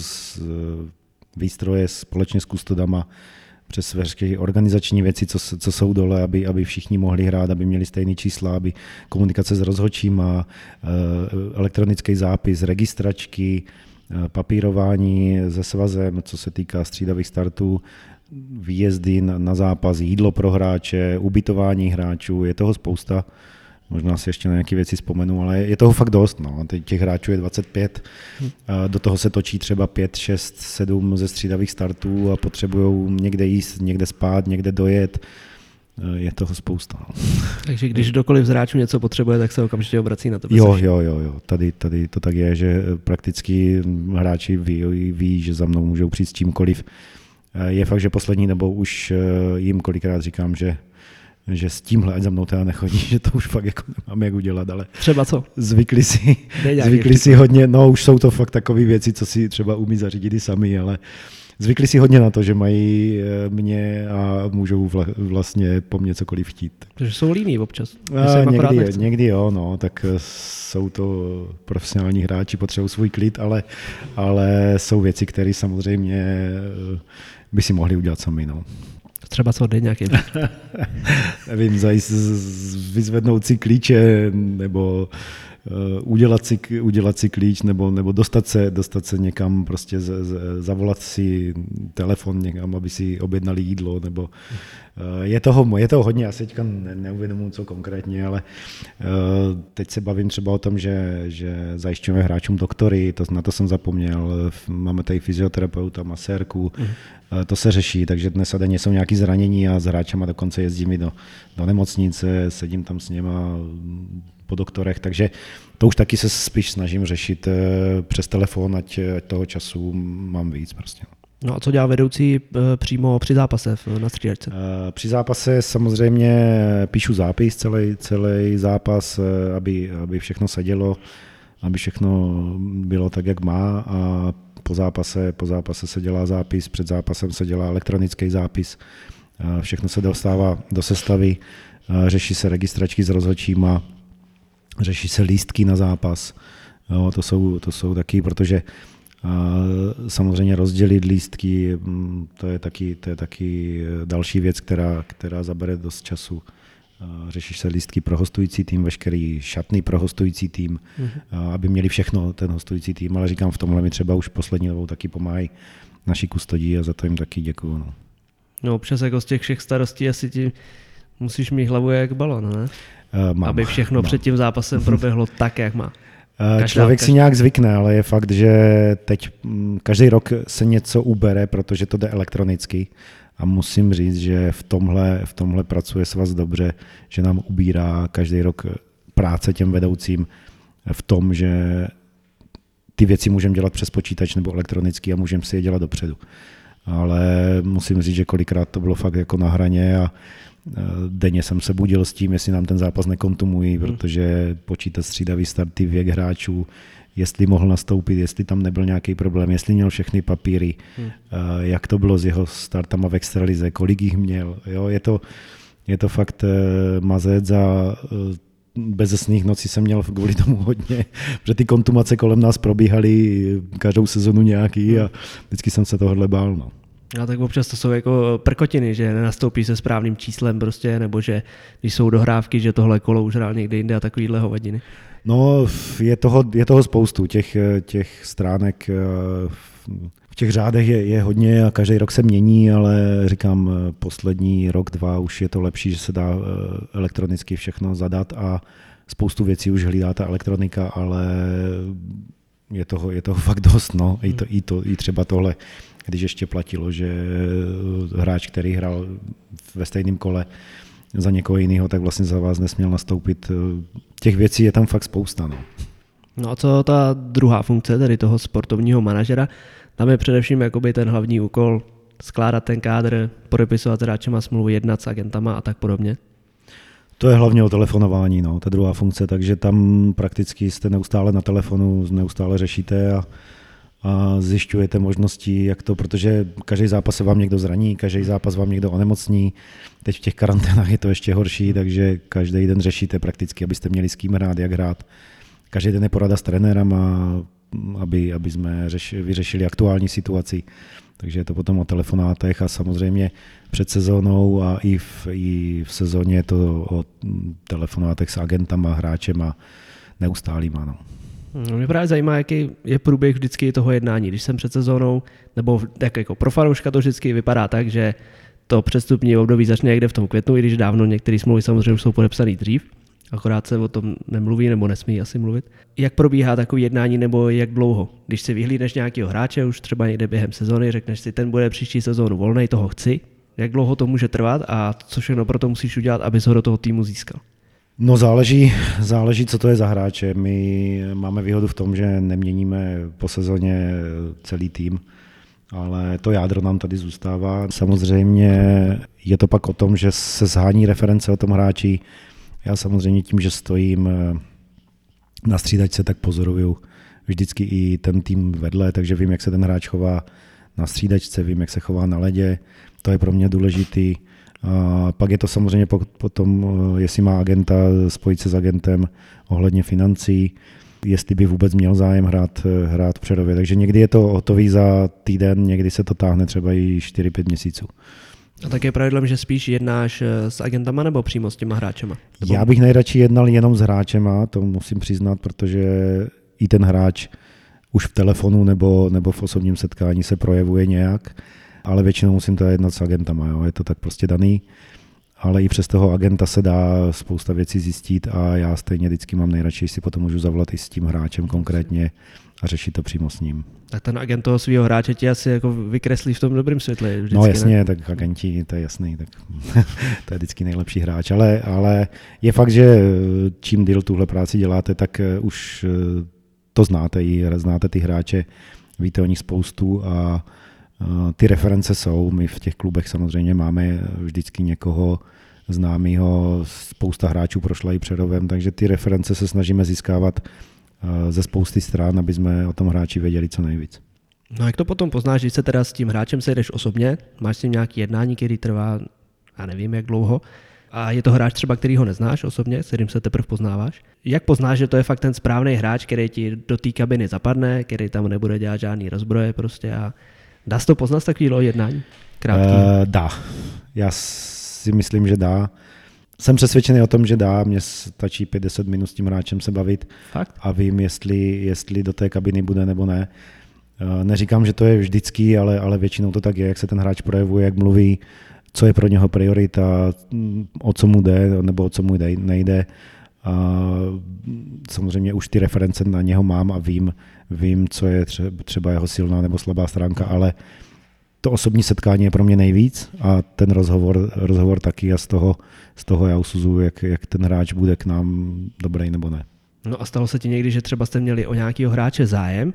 výstroje společně s kustodama přes veškeré organizační věci, co, co jsou dole, aby, aby všichni mohli hrát, aby měli stejné čísla, aby komunikace s rozhodčíma, elektronický zápis, registračky, papírování se svazem, co se týká střídavých startů, výjezdy na, na zápas, jídlo pro hráče, ubytování hráčů, je toho spousta. Možná si ještě na nějaké věci vzpomenu, ale je toho fakt dost. No. Těch hráčů je dvacet pět, do toho se točí třeba pět, šest, sedm ze střídavých startů a potřebují někde jíst, někde spát, někde dojet. Je toho spousta. No. Takže když kdokoliv z hráčů něco potřebuje, tak se okamžitě obrací na to. Jo, jo, jo, jo. Tady, tady to tak je, že prakticky hráči ví, ví, že za mnou můžou přijít s čímkoliv. Je fakt, že poslední dobou už jim kolikrát říkám, že že s tímhle ať za mnou teda nechodí, že to už fakt jako nemám jak udělat, ale třeba co? Zvykli si, zvykli si hodně, no už jsou to fakt takové věci, co si třeba umí zařídit i sami, ale zvykli si hodně na to, že mají mě a můžou vla, vlastně po mně cokoliv chtít. Takže jsou líní občas. A někdy, někdy jo, no, tak jsou to profesionální hráči, potřebují svůj klid, ale, ale jsou věci, které samozřejmě by si mohli udělat sami, no. Třeba co jde nějaký? Nevím, zajist, vyzvednout si klíče, nebo uh, udělat, si, udělat si klíč, nebo, nebo dostat, se, dostat se někam, prostě z, z, zavolat si telefon někam, aby si objednali jídlo, nebo uh, je, toho, je toho hodně, já se teďka ne, neuvědomuji, co konkrétně, ale uh, teď se bavím třeba o tom, že, že zajišťujeme hráčům doktory, to, na to jsem zapomněl, máme tady fyzioterapeuta, masérku, uh-huh. To se řeší, takže dnes a denně jsou nějaké zranění a s hráčama dokonce jezdím i do, do nemocnice, sedím tam s něma po doktorech, takže to už taky se spíš snažím řešit přes telefon, ať, ať toho času mám víc prostě. No a co dělá vedoucí přímo při zápase na střídačce? Při zápase samozřejmě píšu zápis, celý, celý zápas, aby, aby všechno sedělo, aby všechno bylo tak, jak má a po zápase, po zápase se dělá zápis, před zápasem se dělá elektronický zápis, všechno se dostává do sestavy, řeší se registračky s rozhodčíma, řeší se lístky na zápas, jo, to, jsou, to jsou taky, protože samozřejmě rozdělit lístky, to je taky, to je taky další věc, která, která zabere dost času. Řešíš se lístky pro hostující tým, veškerý šatný pro hostující tým, mm-hmm. aby měli všechno ten hostující tým, ale říkám, v tomhle mi třeba už poslední dobou taky pomáhají naši kustodí a za to jim taky děkuju. No, no občas jako z těch všech starostí asi ti Musíš mít hlavu jak balon, ne? Uh, mám, aby všechno mám. před tím zápasem proběhlo tak, jak má. Každá, Člověk každá. si nějak zvykne, ale je fakt, že teď každý rok se něco ubere, protože to jde elektronicky. A musím říct, že v tomhle, v tomhle pracuje svaz dobře, že nám ubírá každý rok práce těm vedoucím v tom, že ty věci můžeme dělat přes počítač nebo elektronicky a můžeme si je dělat dopředu. Ale musím říct, že kolikrát to bylo fakt jako na hraně a denně jsem se budil s tím, jestli nám ten zápas nekontumují, hmm. protože počítat střídavý starty, věk hráčů, jestli mohl nastoupit, jestli tam nebyl nějaký problém, jestli měl všechny papíry, hmm. jak to bylo s jeho startama v extralize, kolik jich měl. Jo, je, to, je to fakt mazec a bezesných nocí jsem měl kvůli tomu hodně, protože ty kontumace kolem nás probíhaly každou sezonu nějaký a vždycky jsem se tohohle bál. No. A tak občas to jsou jako prkotiny, že nenastoupí se správným číslem prostě, nebo že když jsou dohrávky, že tohle kolo už hrál někde jinde a takovýhle hovadiny. No, je toho, je toho spoustu, těch, těch stránek v těch řádech je, je hodně a každý rok se mění, ale říkám, poslední rok, dva už je to lepší, že se dá elektronicky všechno zadat a spoustu věcí už hlídá ta elektronika, ale je toho, je toho fakt dost, no, i, to, i, to, i třeba tohle. Když ještě platilo, že hráč, který hrál ve stejném kole za někoho jiného, tak vlastně za vás nesměl nastoupit. Těch věcí je tam fakt spousta. No, no a co ta druhá funkce, tedy toho sportovního manažera, tam je především jakoby ten hlavní úkol skládat ten kádr, podepisovat s hráčema smlouvu, jednat s agentama a tak podobně. To je hlavně o telefonování, no, ta druhá funkce, takže tam prakticky jste neustále na telefonu, neustále řešíte a a zjišťujete možnosti, jak to, protože každý zápas se vám někdo zraní, každý zápas vám někdo onemocní, teď v těch karanténách je to ještě horší, takže každý den řešíte prakticky, abyste měli s kým hrát, jak hrát. Každý den je porada s trenérama, aby, aby jsme řeš, vyřešili aktuální situaci, takže je to potom o telefonátech a samozřejmě před sezónou a i v, i v sezóně je to o telefonátech s agentama, hráčema, neustálýma. No. Mě právě zajímá, jaký je průběh vždycky toho jednání. Když jsem před sezónou, nebo tak jako pro fanouška to vždycky vypadá tak, že to přestupní období začne někde v tom květnu, i když dávno některé smlouvy samozřejmě už jsou podepsané dřív, akorát se o tom nemluví nebo nesmí asi mluvit. Jak probíhá takové jednání nebo jak dlouho? Když si vyhlídneš nějakého hráče už třeba někde během sezóny, řekneš si, ten bude příští sezónu volnej, toho chci, jak dlouho to může trvat a co všechno pro to musíš udělat, abys ho do toho týmu získal? No záleží, záleží, co to je za hráče. My máme výhodu v tom, že neměníme po sezóně celý tým, ale to jádro nám tady zůstává. Samozřejmě je to pak o tom, že se shání reference o tom hráči. Já samozřejmě tím, že stojím na střídačce, tak pozoruju vždycky i ten tým vedle, takže vím, jak se ten hráč chová na střídačce, vím, jak se chová na ledě. To je pro mě důležitý. A pak je to samozřejmě potom, jestli má agenta, spojit se s agentem ohledně financí, jestli by vůbec měl zájem hrát, hrát v Přerově. Takže někdy je to hotový za týden, někdy se to táhne třeba i čtyři pět měsíců. A tak je pravidlem, že spíš jednáš s agentama nebo přímo s těma hráčema? Nebo... Já bych nejradši jednal jenom s hráčema, to musím přiznat, protože i ten hráč už v telefonu nebo, nebo v osobním setkání se projevuje nějak, ale většinou musím to jednat s agentama, jo. Je to tak prostě daný, ale i přes toho agenta se dá spousta věcí zjistit a já stejně vždycky mám nejradši, si potom můžu zavolat i s tím hráčem konkrétně a řešit to přímo s ním. Tak ten agent toho svého hráče ti asi jako vykreslí v tom dobrém světle. Vždycky, no jasně, ne? Tak agenti, to je jasný, tak to je vždycky nejlepší hráč, ale, ale je fakt, že čím díl tuhle práci děláte, tak už to znáte, i znáte ty hráče, víte o nich spoustu a ty reference jsou, my v těch klubech samozřejmě máme vždycky někoho známého, spousta hráčů prošla i Přerovem, takže ty reference se snažíme získávat ze spousty stran, aby jsme o tom hráči věděli co nejvíc. No jak to potom poznáš, když se teda s tím hráčem sejdeš osobně, máš s ním nějaký jednání, který trvá, já nevím jak dlouho, a je to hráč třeba, který ho neznáš osobně, s kterým se teprve poznáváš. Jak poznáš, že to je fakt ten správný hráč, který ti do té kabiny zapadne, který tam nebude dělat žádný rozbroje prostě a dá se to poznat z takového jednání? Krátký. Uh, dá. Já si myslím, že dá. Jsem přesvědčený o tom, že dá. Mně stačí pět deset minut s tím hráčem se bavit. Fakt? A vím, jestli, jestli do té kabiny bude nebo ne. Uh, neříkám, že to je vždycky, ale, ale většinou to tak je, jak se ten hráč projevuje, jak mluví, co je pro něho priorita, o co mu jde nebo o co mu nejde. A samozřejmě už ty reference na něho mám a vím, vím, co je třeba jeho silná nebo slabá stránka, ale to osobní setkání je pro mě nejvíc a ten rozhovor, rozhovor taky a z toho, z toho já usuzuju, jak, jak ten hráč bude k nám dobrý nebo ne. No a stalo se ti někdy, že třeba jste měli o nějakého hráče zájem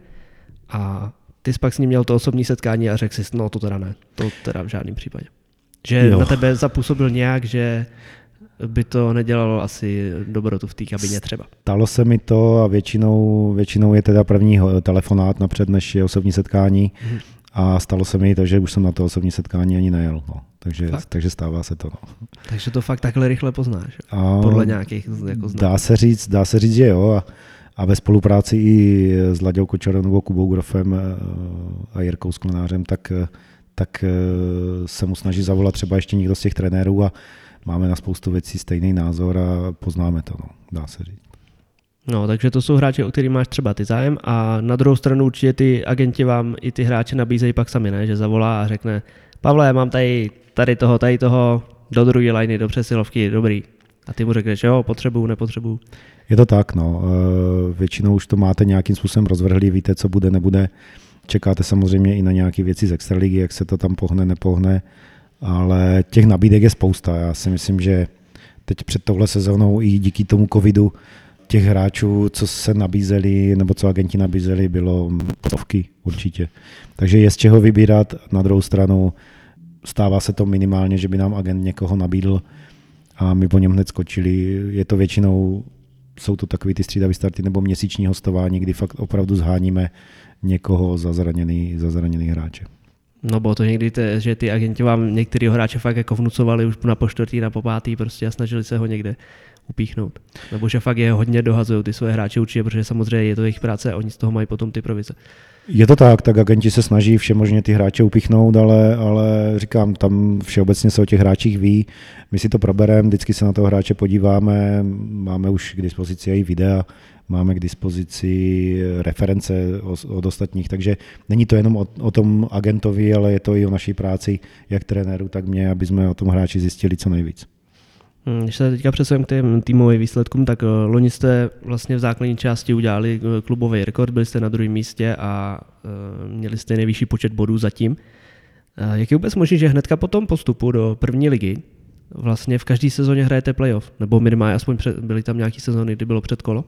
a ty jsi pak s ním měl to osobní setkání a řekl si, no to teda ne, to teda v žádném případě. Že jo. Na tebe zapůsobil nějak, že by to nedělalo asi dobrotu v té kabině třeba. Stalo se mi to a většinou, většinou je teda první telefonát napřed, než je osobní setkání. Hmm. A stalo se mi to, že už jsem na to osobní setkání ani nejel. No. Takže, takže stává se to. No. Takže to fakt takhle rychle poznáš? A podle nějakých jako znaků? Dá se říct, dá se říct, že jo. A, a ve spolupráci i s Laďou Kočarem nebo Kubou Grofem a Jirkou Sklenářem, tak, tak se mu snaží zavolat třeba ještě někdo z těch trenérů a máme na spoustu věcí stejný názor a poznáme to, no. Dá se říct. No, takže to jsou hráči, o který máš třeba ty zájem a na druhou stranu určitě ty agenti vám i ty hráče nabízejí pak sami, ne? Že zavolá a řekne, Pavle, mám tady, tady toho, tady toho, do druhé liney, do přesilovky, dobrý. A ty mu řekneš, jo, potřebuju, nepotřebuju. Je to tak, no. Většinou už to máte nějakým způsobem rozvrhlý, víte, co bude, nebude. Čekáte samozřejmě i na nějaké věci z extraligy, jak se to tam pohne, nepohne, ale těch nabídek je spousta. Já si myslím, že teď před touhle sezónou i díky tomu covidu těch hráčů, co se nabízeli, nebo co agenti nabízeli, bylo stovky určitě. Takže je z čeho vybírat. Na druhou stranu stává se to minimálně, že by nám agent někoho nabídl a my po něm hned skočili. Je to většinou, jsou to takový ty střídavý starty nebo měsíční hostování, kdy fakt opravdu zháníme někoho za zraněný, za zraněný hráče. No bylo to někdy, te, že ty agenti vám některého hráče fakt jako vnucovali už na poštvrtý, na popátý prostě a snažili se ho někde upíchnout. Nebo že fakt je hodně dohazují ty svoje hráče určitě, protože samozřejmě je to jejich práce a oni z toho mají potom ty provize. Je to tak, tak agenti se snaží všemožně ty hráče upichnout, ale, ale říkám, tam všeobecně se o těch hráčích ví, my si to probereme, vždycky se na toho hráče podíváme, máme už k dispozici i videa, máme k dispozici reference od ostatních, takže není to jenom o, o tom agentovi, ale je to i o naší práci, jak trenéru, tak mě, aby jsme o tom hráči zjistili co nejvíc. Když se teďka přesujeme k těm týmovým výsledkům, tak loni jste vlastně v základní části udělali klubový rekord, byli jste na druhém místě a měli jste nejvyšší počet bodů zatím. Jak je vůbec možné, že hnedka po tom postupu do první ligy vlastně v každé sezóně hrajete playoff, nebo minimálně aspoň před, byly tam nějaké sezóny, kdy bylo předkolo,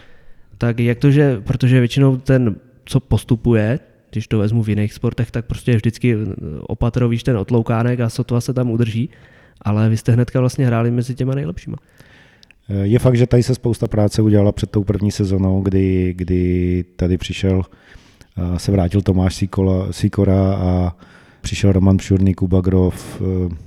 tak jak to, že, protože většinou ten, co postupuje, když to vezmu v jiných sportech, tak prostě je vždycky opatrovíš ten otloukánek a sotva se tam udrží, ale vy jste hnedka vlastně hráli mezi těma nejlepšíma. Je fakt, že tady se spousta práce udělala před tou první sezónou, kdy, kdy tady přišel, se vrátil Tomáš Sikola, Sikora a přišel Roman Pšurný, Kuba Grof,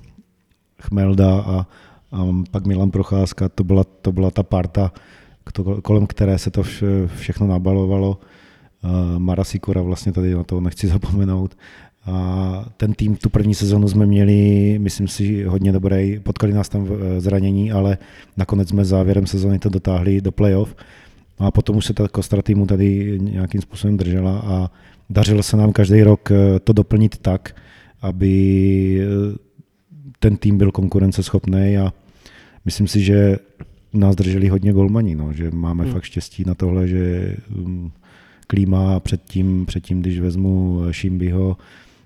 Chmelda a, a pak Milan Procházka. To byla, to byla ta parta, kolem které se to vše, všechno nabalovalo. Mara Sikora vlastně tady na to nechci zapomenout. A ten tým, tu první sezonu jsme měli, myslím si, hodně dobrý. Potkali nás tam zranění, ale nakonec jsme závěrem sezony to dotáhli do playoff. A potom už se ta kostra týmu tady nějakým způsobem držela a dařilo se nám každý rok to doplnit tak, aby ten tým byl konkurenceschopný a myslím si, že nás drželi hodně golmani, no, že máme hmm. fakt štěstí na tohle, že Klíma předtím, předtím když vezmu Šimbyho,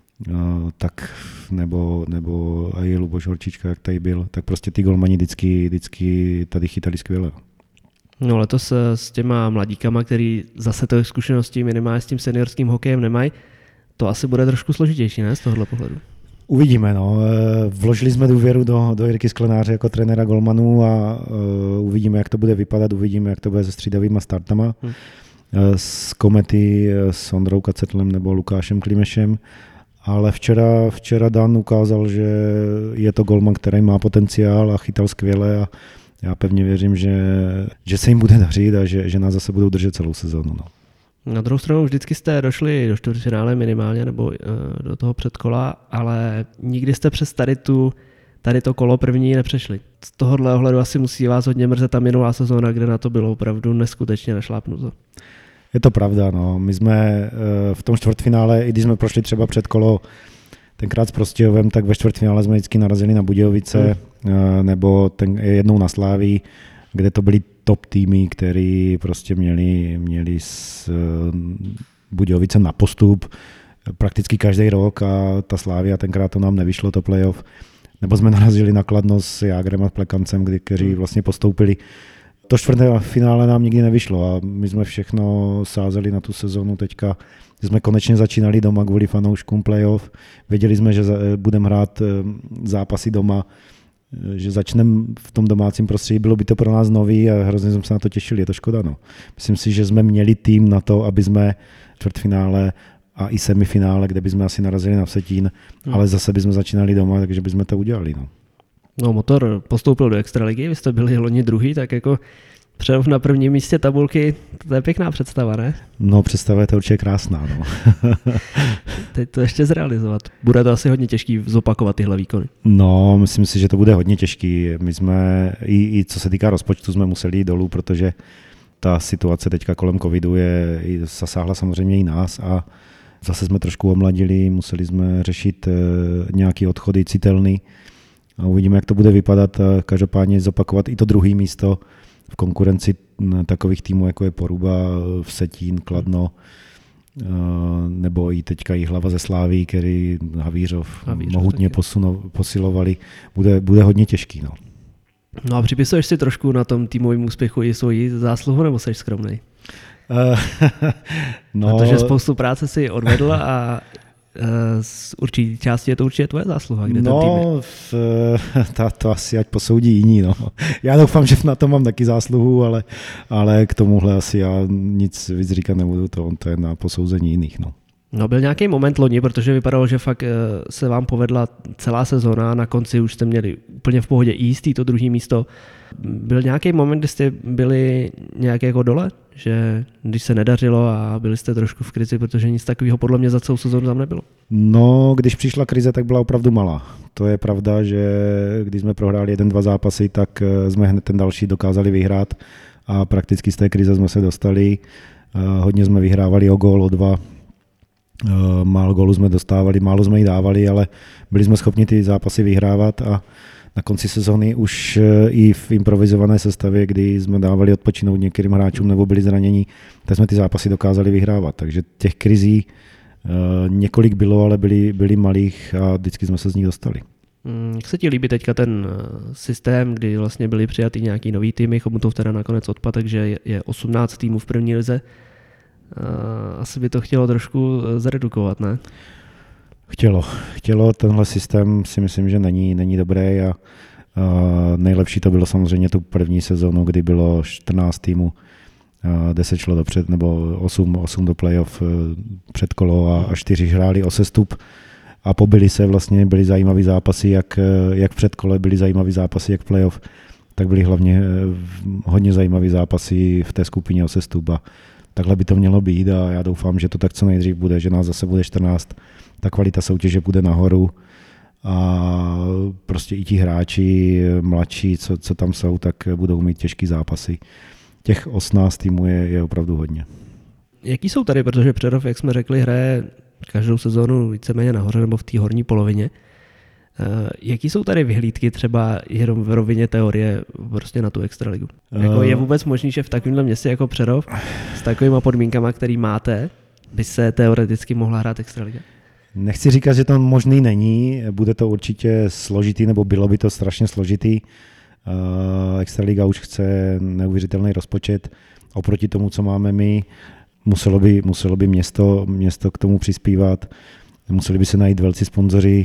tak nebo, nebo i Luboš Horčička, jak tady byl, tak prostě ty golmani vždycky, vždycky tady chytali skvěle. No letos s těma mladíkama, který zase to zkušenosti minimálně s tím seniorským hokejem nemají, to asi bude trošku složitější, ne, z tohohle pohledu? Uvidíme, no. Vložili jsme důvěru do, do Jirky Sklenáře jako trenéra golmanů a uh, uvidíme, jak to bude vypadat, uvidíme, jak to bude se střídavýma startama. Hmm. S Komety, s Ondrou Kacetlem nebo Lukášem Klimešem, ale včera, včera Dan ukázal, že je to golman, který má potenciál a chytal skvěle a já pevně věřím, že, že se jim bude dařit a že, že nás zase budou držet celou sezónu. No. Na druhou stranu vždycky jste došli do čtvrtfinále minimálně nebo do toho předkola, ale nikdy jste přes tady, tu, tady to kolo první nepřešli. Z tohohle ohledu asi musí vás hodně mrzet ta minulá sezóna, kde na to bylo opravdu neskutečně našlápnuto. Je to pravda, no. My jsme v tom čtvrtfinále, i když jsme prošli třeba před kolo, tenkrát s Prostějovem, tak ve čtvrtfinále jsme vždycky narazili na Budějovice hmm. nebo ten, jednou na Slávii, kde to byly top týmy, který prostě měli, měli s Budějovicem na postup prakticky každý rok a ta Slávia tenkrát to nám nevyšlo, to playoff. Nebo jsme narazili na Kladno s Jágrem a Plekancem, kdy, kteří vlastně postoupili. To čtvrté finále nám nikdy nevyšlo a my jsme všechno sázeli na tu sezonu teďka. Jsme konečně začínali doma kvůli fanouškům playoff. Věděli jsme, že budeme hrát zápasy doma, že začneme v tom domácím prostředí. Bylo by to pro nás nový a hrozně jsme se na to těšili. Je to škoda. No. Myslím si, že jsme měli tým na to, aby jsme čtvrtfinále a i semifinále, kde bychom asi narazili na Vsetín, hmm. ale zase bychom začínali doma, takže bychom to udělali. No. No, Motor postoupil do extraligy, vy jste byli loni druhý, tak jako Přerov na prvním místě tabulky, to je pěkná představa, ne? No, představa je to určitě krásná. No. Teď to ještě zrealizovat. Bude to asi hodně těžký zopakovat tyhle výkony. No, myslím si, že to bude hodně těžký. My jsme, i, i co se týká rozpočtu, jsme museli jít dolů, protože ta situace teďka kolem covidu je, zasáhla samozřejmě i nás a zase jsme trošku omladili, museli jsme řešit nějaký odchody citelný a uvidíme, jak to bude vypadat. Každopádně zopakovat i to druhé místo v konkurenci takových týmů, jako je Poruba, Vsetín, Kladno, nebo i teďka i Hlava ze Sláví, který Havířov, Havířov mohutně posuno, posilovali, bude, bude hodně těžký. No. No a připisuješ si trošku na tom týmovém úspěchu i svoji zásluhu, nebo jsi skromnej? Uh, no, protože spoustu práce si odvedl a z určitý části je to určitě tvoje zásluha. Kde no, ten tým je? V, ta, to asi ať posoudí jiní. No. Já doufám, že na to mám taky zásluhu, ale, ale k tomuhle asi já nic víc říkat nebudu, to, to je na posouzení jiných. No. No, byl nějaký moment loni, protože vypadalo, že fakt se vám povedla celá sezóna, na konci už jste měli úplně v pohodě jistý to druhé místo. Byl nějaký moment, kdy jste byli nějak jako dole? Že když se nedařilo a byli jste trošku v krizi, protože nic takového podle mě za celou sezónu tam nebylo? No, když přišla krize, tak byla opravdu malá. To je pravda, že když jsme prohráli jeden, dva zápasy, tak jsme hned ten další dokázali vyhrát a prakticky z té krize jsme se dostali. Hodně jsme vyhrávali o gól, o dva. Málo gólů jsme dostávali, málo jsme jí dávali, ale byli jsme schopni ty zápasy vyhrávat a na konci sezóny už i v improvizované sestavě, kdy jsme dávali odpočinout některým hráčům nebo byli zranění, tak jsme ty zápasy dokázali vyhrávat. Takže těch krizí několik bylo, ale byli, byli malých a vždycky jsme se z nich dostali. Jak se ti líbí teďka ten systém, kdy vlastně byli přijatý nějaký nový týmy, Chomutov teda nakonec odpad, takže je osmnáct týmů v první lize. Asi by to chtělo trošku zredukovat, ne? Chtělo. Chtělo, tenhle systém si myslím, že není, není dobrý a, a nejlepší to bylo samozřejmě tu první sezónu, kdy bylo čtrnáct týmů, deset šlo dopřed, nebo osm, osm do playoff před kolo a, a čtyři hráli o sestup a pobili se vlastně, byly zajímavý zápasy, jak, jak před kole, byly zajímavý zápasy, jak playoff, tak byly hlavně hodně zajímavý zápasy v té skupině o sestup a takhle by to mělo být a já doufám, že to tak co nejdřív bude, že nás zase bude čtrnáct, ta kvalita soutěže bude nahoru a prostě i ti hráči mladší, co, co tam jsou, tak budou mít těžký zápasy. Těch osmnáct týmů je, je opravdu hodně. Jaký jsou tady, protože Přerov, jak jsme řekli, hraje každou sezónu víceméně nahoře nebo v té horní polovině. Jaký jsou tady vyhlídky třeba jenom v rovině teorie prostě na tu extraligu? Jako je vůbec možný, že v takovémhle městě jako Přerov s takovýma podmínkama, který máte, by se teoreticky mohla hrát extraliga? Nechci říkat, že to možný není, bude to určitě složitý, nebo bylo by to strašně složitý. Extraliga už chce neuvěřitelný rozpočet. Oproti tomu, co máme my, muselo by, muselo by město, město k tomu přispívat, museli by se najít velcí sponzoři.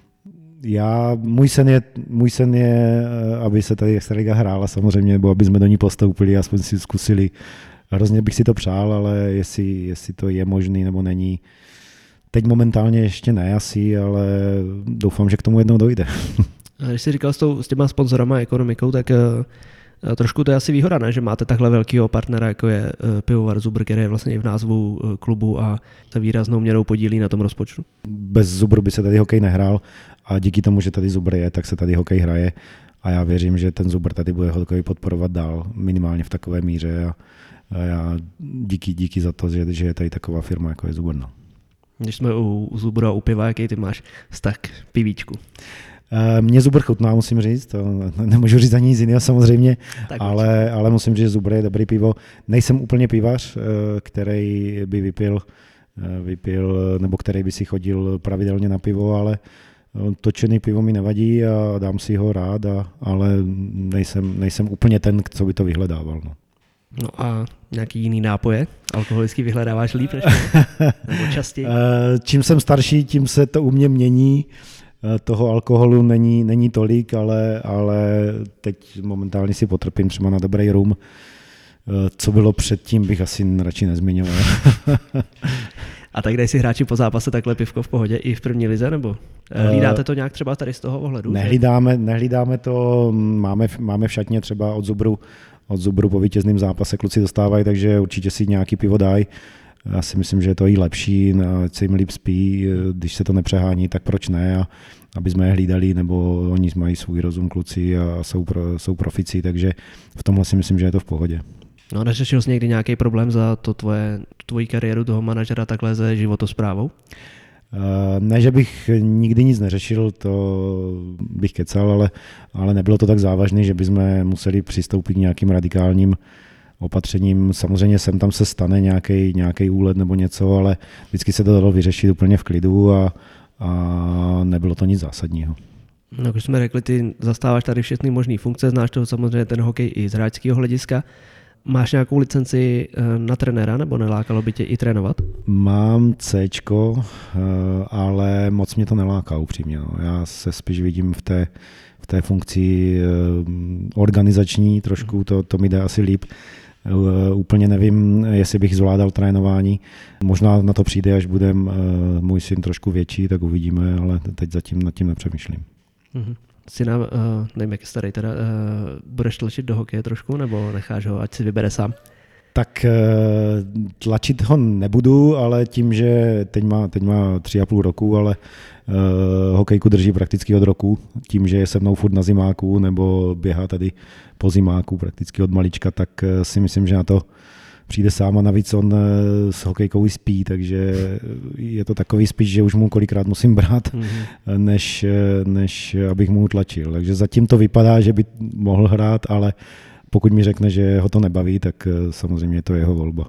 Já, můj sen je, můj sen je, aby se tady extraliga hrála samozřejmě, nebo aby jsme do ní postoupili, aspoň si zkusili. Hrozně bych si to přál, ale jestli, jestli to je možný nebo není. Teď momentálně ještě ne asi, ale doufám, že k tomu jednou dojde. Když jsi říkal s, tou, s těma sponzorama a ekonomikou, tak uh, trošku to je asi výhoda, ne? Že máte takhle velkého partnera, jako je uh, Pivovar Zubr, který je vlastně i v názvu uh, klubu a se výraznou měrou podílí na tom rozpočtu. Bez Zubru by se tady hokej nehrál a díky tomu, že tady Zubr je, tak se tady hokej hraje a já věřím, že ten Zubr tady bude hokej podporovat dál, minimálně v takové míře a, a já díky, díky za to, že, že je tady taková firma, jako je Zubr. No. Když jsme u, u Zubra, u piva, jaký ty máš vztah k pivíčku? Mně Zubr chutná, musím říct, to nemůžu říct ani nic jiného samozřejmě, ale, ale musím říct, že Zubr je dobrý pivo. Nejsem úplně pivař, který by vypil, vypil nebo který by si chodil pravidelně na pivo, ale točený pivo mi nevadí a dám si ho rád, a, ale nejsem, nejsem úplně ten, co by to vyhledával. No. No a nějaký jiný nápoje? Alkoholicky vyhledáváš líp než nebo častěji? Čím jsem starší, tím se to u mě mění. Toho alkoholu není, není tolik, ale, ale teď momentálně si potrpím třeba na dobrý rum. Co bylo předtím, bych asi radši nezmiňoval. A tak dají si hráči po zápase takhle pivko v pohodě i v první lize, nebo hlídáte to nějak třeba tady z toho ohledu? Nehlídáme, nehlídáme to, máme, máme v šatně třeba od Zubru, od Zubru po vítězném zápase kluci dostávají, takže určitě si nějaký pivo dají. Já si myslím, že je to i lepší, ať se jim líp spí, když se to nepřehání, tak proč ne, a aby jsme je hlídali, nebo oni mají svůj rozum kluci a jsou, pro, jsou profici, takže v tomhle si myslím, že je to v pohodě. No, neřešil jsi někdy nějaký problém za to tvoje, tvoji kariéru toho manažera takhle se životosprávou? Ne, že bych nikdy nic neřešil, to bych kecal, ale, ale nebylo to tak závažné, že bychom museli přistoupit k nějakým radikálním opatřením. Samozřejmě sem tam se stane nějaký, nějaký úlet nebo něco, ale vždycky se to dalo vyřešit úplně v klidu a, a nebylo to nic zásadního. No, když jsme řekli, ty zastáváš tady všechny možné funkce, znáš toho samozřejmě ten hokej i z hráčského hlediska. Máš nějakou licenci na trenéra, nebo nelákalo by tě i trénovat? Mám Cčko, ale moc mě to neláká upřímně. No. Já se spíš vidím v té, v té funkci organizační, trošku to, to mi jde asi líp. Úplně nevím, jestli bych zvládal trénování. Možná na to přijde, až bude můj syn trošku větší, tak uvidíme, ale teď zatím nad tím nepřemýšlím. Mm-hmm. Syna, uh, nevím, jak je starý, teda, uh, budeš tlačit do hokeje trošku, nebo necháš ho, ať si vybere sám? Tak uh, tlačit ho nebudu, ale tím, že teď má, teď má tři a půl roku, ale uh, hokejku drží prakticky od roku, tím, že je se mnou furt na zimáku, nebo běhá tady po zimáku prakticky od malička, tak uh, si myslím, že na to přijde sám, a navíc on s hokejkou i spí, takže je to takový spíš, že už mu kolikrát musím brát, mm-hmm. než, než abych mu tlačil. Takže zatím to vypadá, že by mohl hrát, ale pokud mi řekne, že ho to nebaví, tak samozřejmě je to jeho volba.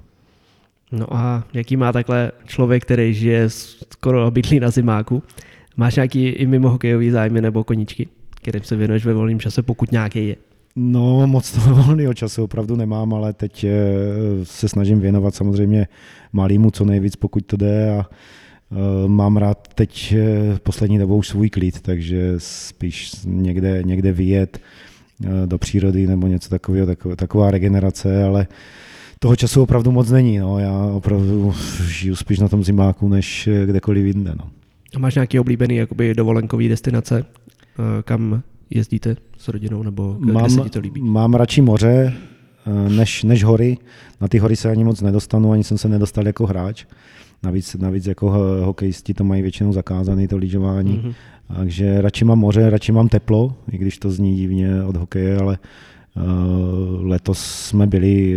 No a jaký má takhle člověk, který žije skoro bydlí na zimáku? Máš nějaký i mimo hokejový zájmy nebo koníčky, kterým se věnuješ ve volném čase, pokud nějaký je? No, moc toho volného času opravdu nemám, ale teď se snažím věnovat samozřejmě malýmu co nejvíc, pokud to jde, a mám rád teď poslední dobou už svůj klid, takže spíš někde, někde vyjet do přírody nebo něco takového, taková regenerace, ale toho času opravdu moc není. No. Já opravdu žiju spíš na tom zimáku, než kdekoliv jinde. No. A máš nějaký oblíbený jakoby dovolenkový destinace, kam jezdíte s rodinou, nebo kde mám, se ti to líbí? Mám radši moře než, než hory. Na ty hory se ani moc nedostanu, ani jsem se nedostal jako hráč. Navíc, navíc jako hokejisti to mají většinou zakázané, to lyžování. Mm-hmm. Takže radši mám moře, radši mám teplo, i když to zní divně od hokeje, ale uh, letos jsme byli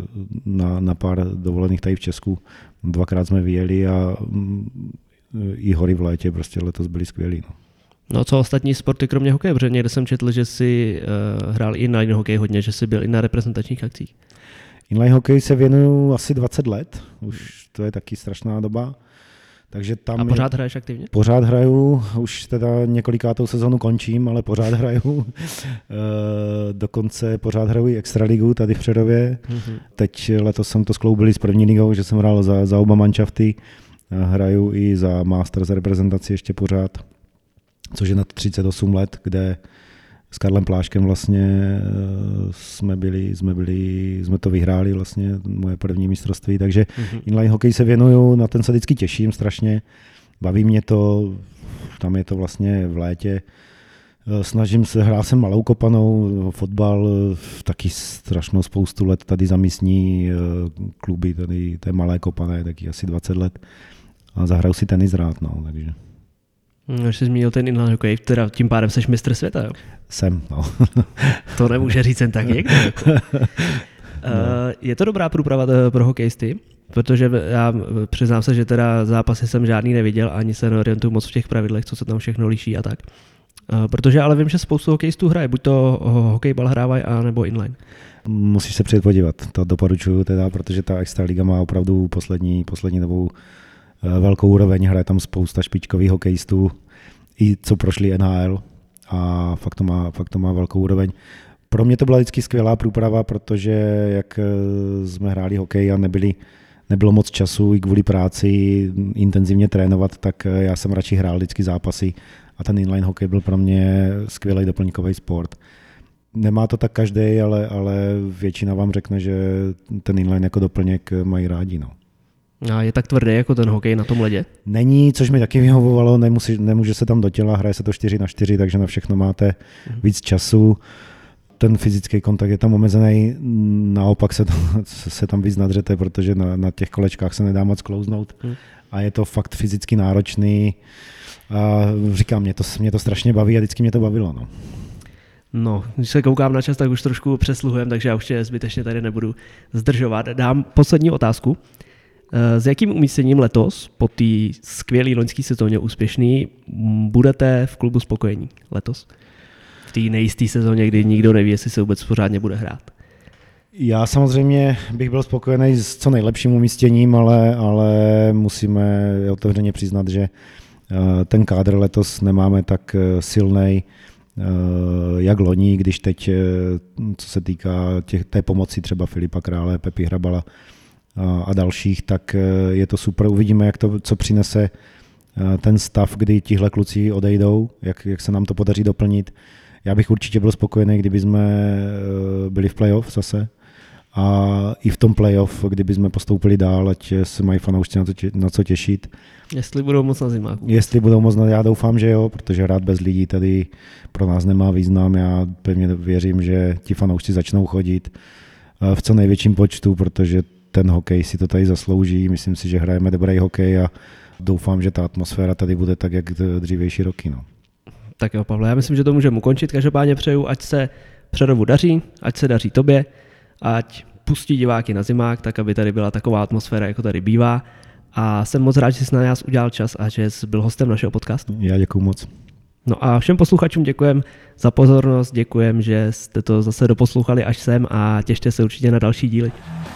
na, na pár dovolených tady v Česku. Dvakrát jsme vyjeli a um, i hory v létě prostě letos byly skvělý. No. No co ostatní sporty kromě hokeje, protože někde jsem četl, že jsi uh, hrál i na hokej hodně, že jsi byl i na reprezentačních akcích. Inline hokej se věnuju asi dvacet let, už to je taky strašná doba. Takže tam a pořád hraješ aktivně? Pořád hraju, už teda několikátou sezonu končím, ale pořád hraju. e, dokonce pořád hraju i extraligu tady v Přerově. Mm-hmm. Teď letos jsem to skloubili s první ligou, že jsem hrál za, za oba manšafty. Hraju i za Masters reprezentaci ještě pořád, což je na třicet osm let, kde s Karlem Pláškem vlastně jsme byli, jsme byli, jsme to vyhráli vlastně, moje první mistrovství, takže mm-hmm. inline hokej se věnuju, na ten se vždycky těším strašně, baví mě to, tam je to vlastně v létě, snažím se, hrál jsem malou kopanou, fotbal, taky strašnou spoustu let tady za místní kluby, tady té malé kopané, taky asi dvacet let a zahraju si tenis rád, no, takže. Když jsi zmínil ten inline hokej, teda tím pádem seš mistr světa, jo? Jsem, no. To nemůže říct jen tak někdo. Jako. No. Je to dobrá průprava pro hokejisty? protože já přiznám se, že teda zápasy jsem žádný neviděl, ani se neorientuju moc v těch pravidlech, co se tam všechno liší a tak. Protože ale vím, že spoustu hokejistů hraje, buď to hokejbal hrávají, nebo inline. Musíš se přijet podívat, to doporučuju teda, protože ta Extraliga má opravdu poslední, poslední dobou velkou úroveň, hraje tam spousta špičkových hokejistů, i co prošli N H L a fakt to má, fakt to má velkou úroveň. Pro mě to byla vždycky skvělá průprava, protože jak jsme hráli hokej a nebyli, nebylo moc času i kvůli práci intenzivně trénovat, tak já jsem radši hrál vždycky zápasy a ten inline hokej byl pro mě skvělý doplňkový sport. Nemá to tak každý, ale, ale většina vám řekne, že ten inline jako doplněk mají rádi. No. A je tak tvrdý jako ten hokej na tom ledě? Není, což mi taky vyhovovalo, nemusí, nemůže se tam do těla, hraje se to čtyři na čtyři, takže na všechno máte víc času. Ten fyzický kontakt je tam omezený, naopak se, to, se tam víc nadřete, protože na, na těch kolečkách se nedá moc klouznout a je to fakt fyzicky náročný. A říkám, mě to, mě to strašně baví a vždycky mě to bavilo. No. No, když se koukám na čas, tak už trošku přesluhujem, takže já už tě zbytečně tady nebudu zdržovat. Dám poslední otázku. S jakým umístěním letos po té skvělé loňské sezóně úspěšný budete v klubu spokojení letos? V té nejisté sezóně, kdy nikdo neví, jestli se vůbec pořádně bude hrát. Já samozřejmě bych byl spokojený s co nejlepším umístěním, ale, ale musíme otevřeně přiznat, že ten kádr letos nemáme tak silnej, jak loni, když teď, co se týká těch, té pomoci třeba Filipa Krále, Pepi Hrabala a dalších, tak je to super. Uvidíme, jak to, co přinese ten stav, kdy tihle kluci odejdou, jak, jak se nám to podaří doplnit. Já bych určitě byl spokojený, kdyby jsme byli v playoff zase a i v tom playoff, kdyby jsme postoupili dál, ať se mají fanoušci na, to, na co těšit. Jestli budou moc na zimáku. Jestli budou moc, já doufám, že jo, protože hrát bez lidí tady pro nás nemá význam. Já pevně věřím, že ti fanoušci začnou chodit v co největším počtu, protože ten hokej si to tady zaslouží. Myslím si, že hrajeme dobrý hokej a doufám, že ta atmosféra tady bude tak, jak dřívější roky. No. Tak jo, Pavle, já myslím, že to můžeme ukončit. Každopádně přeju, ať se Přerovu daří, ať se daří tobě, ať pustí diváky na zimák, tak aby tady byla taková atmosféra, jako tady bývá. A jsem moc rád, že jsi na nás udělal čas a že jsi byl hostem našeho podcastu. Já děkuju moc. No a všem posluchačům děkujem za pozornost, děkujem, že jste to zase doposlouchali až sem a těšte se určitě na další díly.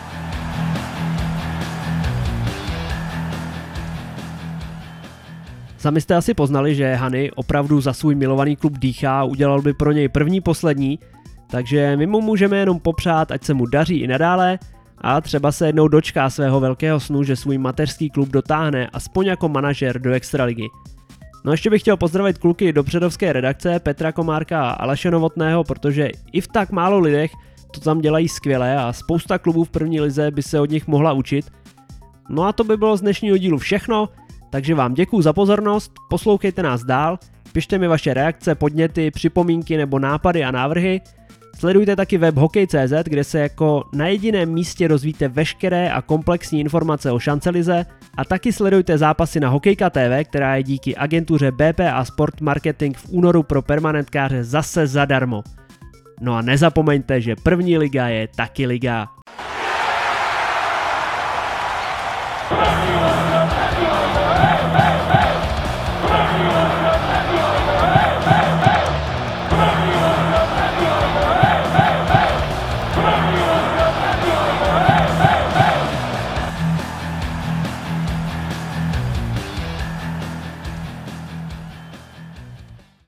Sami jste asi poznali, že Hany opravdu za svůj milovaný klub dýchá a udělal by pro něj první poslední, takže my mu můžeme jenom popřát, ať se mu daří i nadále a třeba se jednou dočká svého velkého snu, že svůj mateřský klub dotáhne aspoň jako manažer do extraligy. No ještě bych chtěl pozdravit kluky do předovské redakce Petra Komárka a Aleše Novotného, protože i v tak málo lidech to tam dělají skvěle a spousta klubů v první lize by se od nich mohla učit. No a to by bylo z dnešního dílu všechno, takže vám děkuju za pozornost, poslouchejte nás dál, pište mi vaše reakce, podněty, připomínky nebo nápady a návrhy. Sledujte taky web hokej tečka cé zet, kde se jako na jediném místě dozvíte veškeré a komplexní informace o šancelize a taky sledujte zápasy na Hokejka T V, která je díky agentuře B P A Sport Marketing v únoru pro permanentkáře zase zadarmo. No a nezapomeňte, že první liga je taky liga.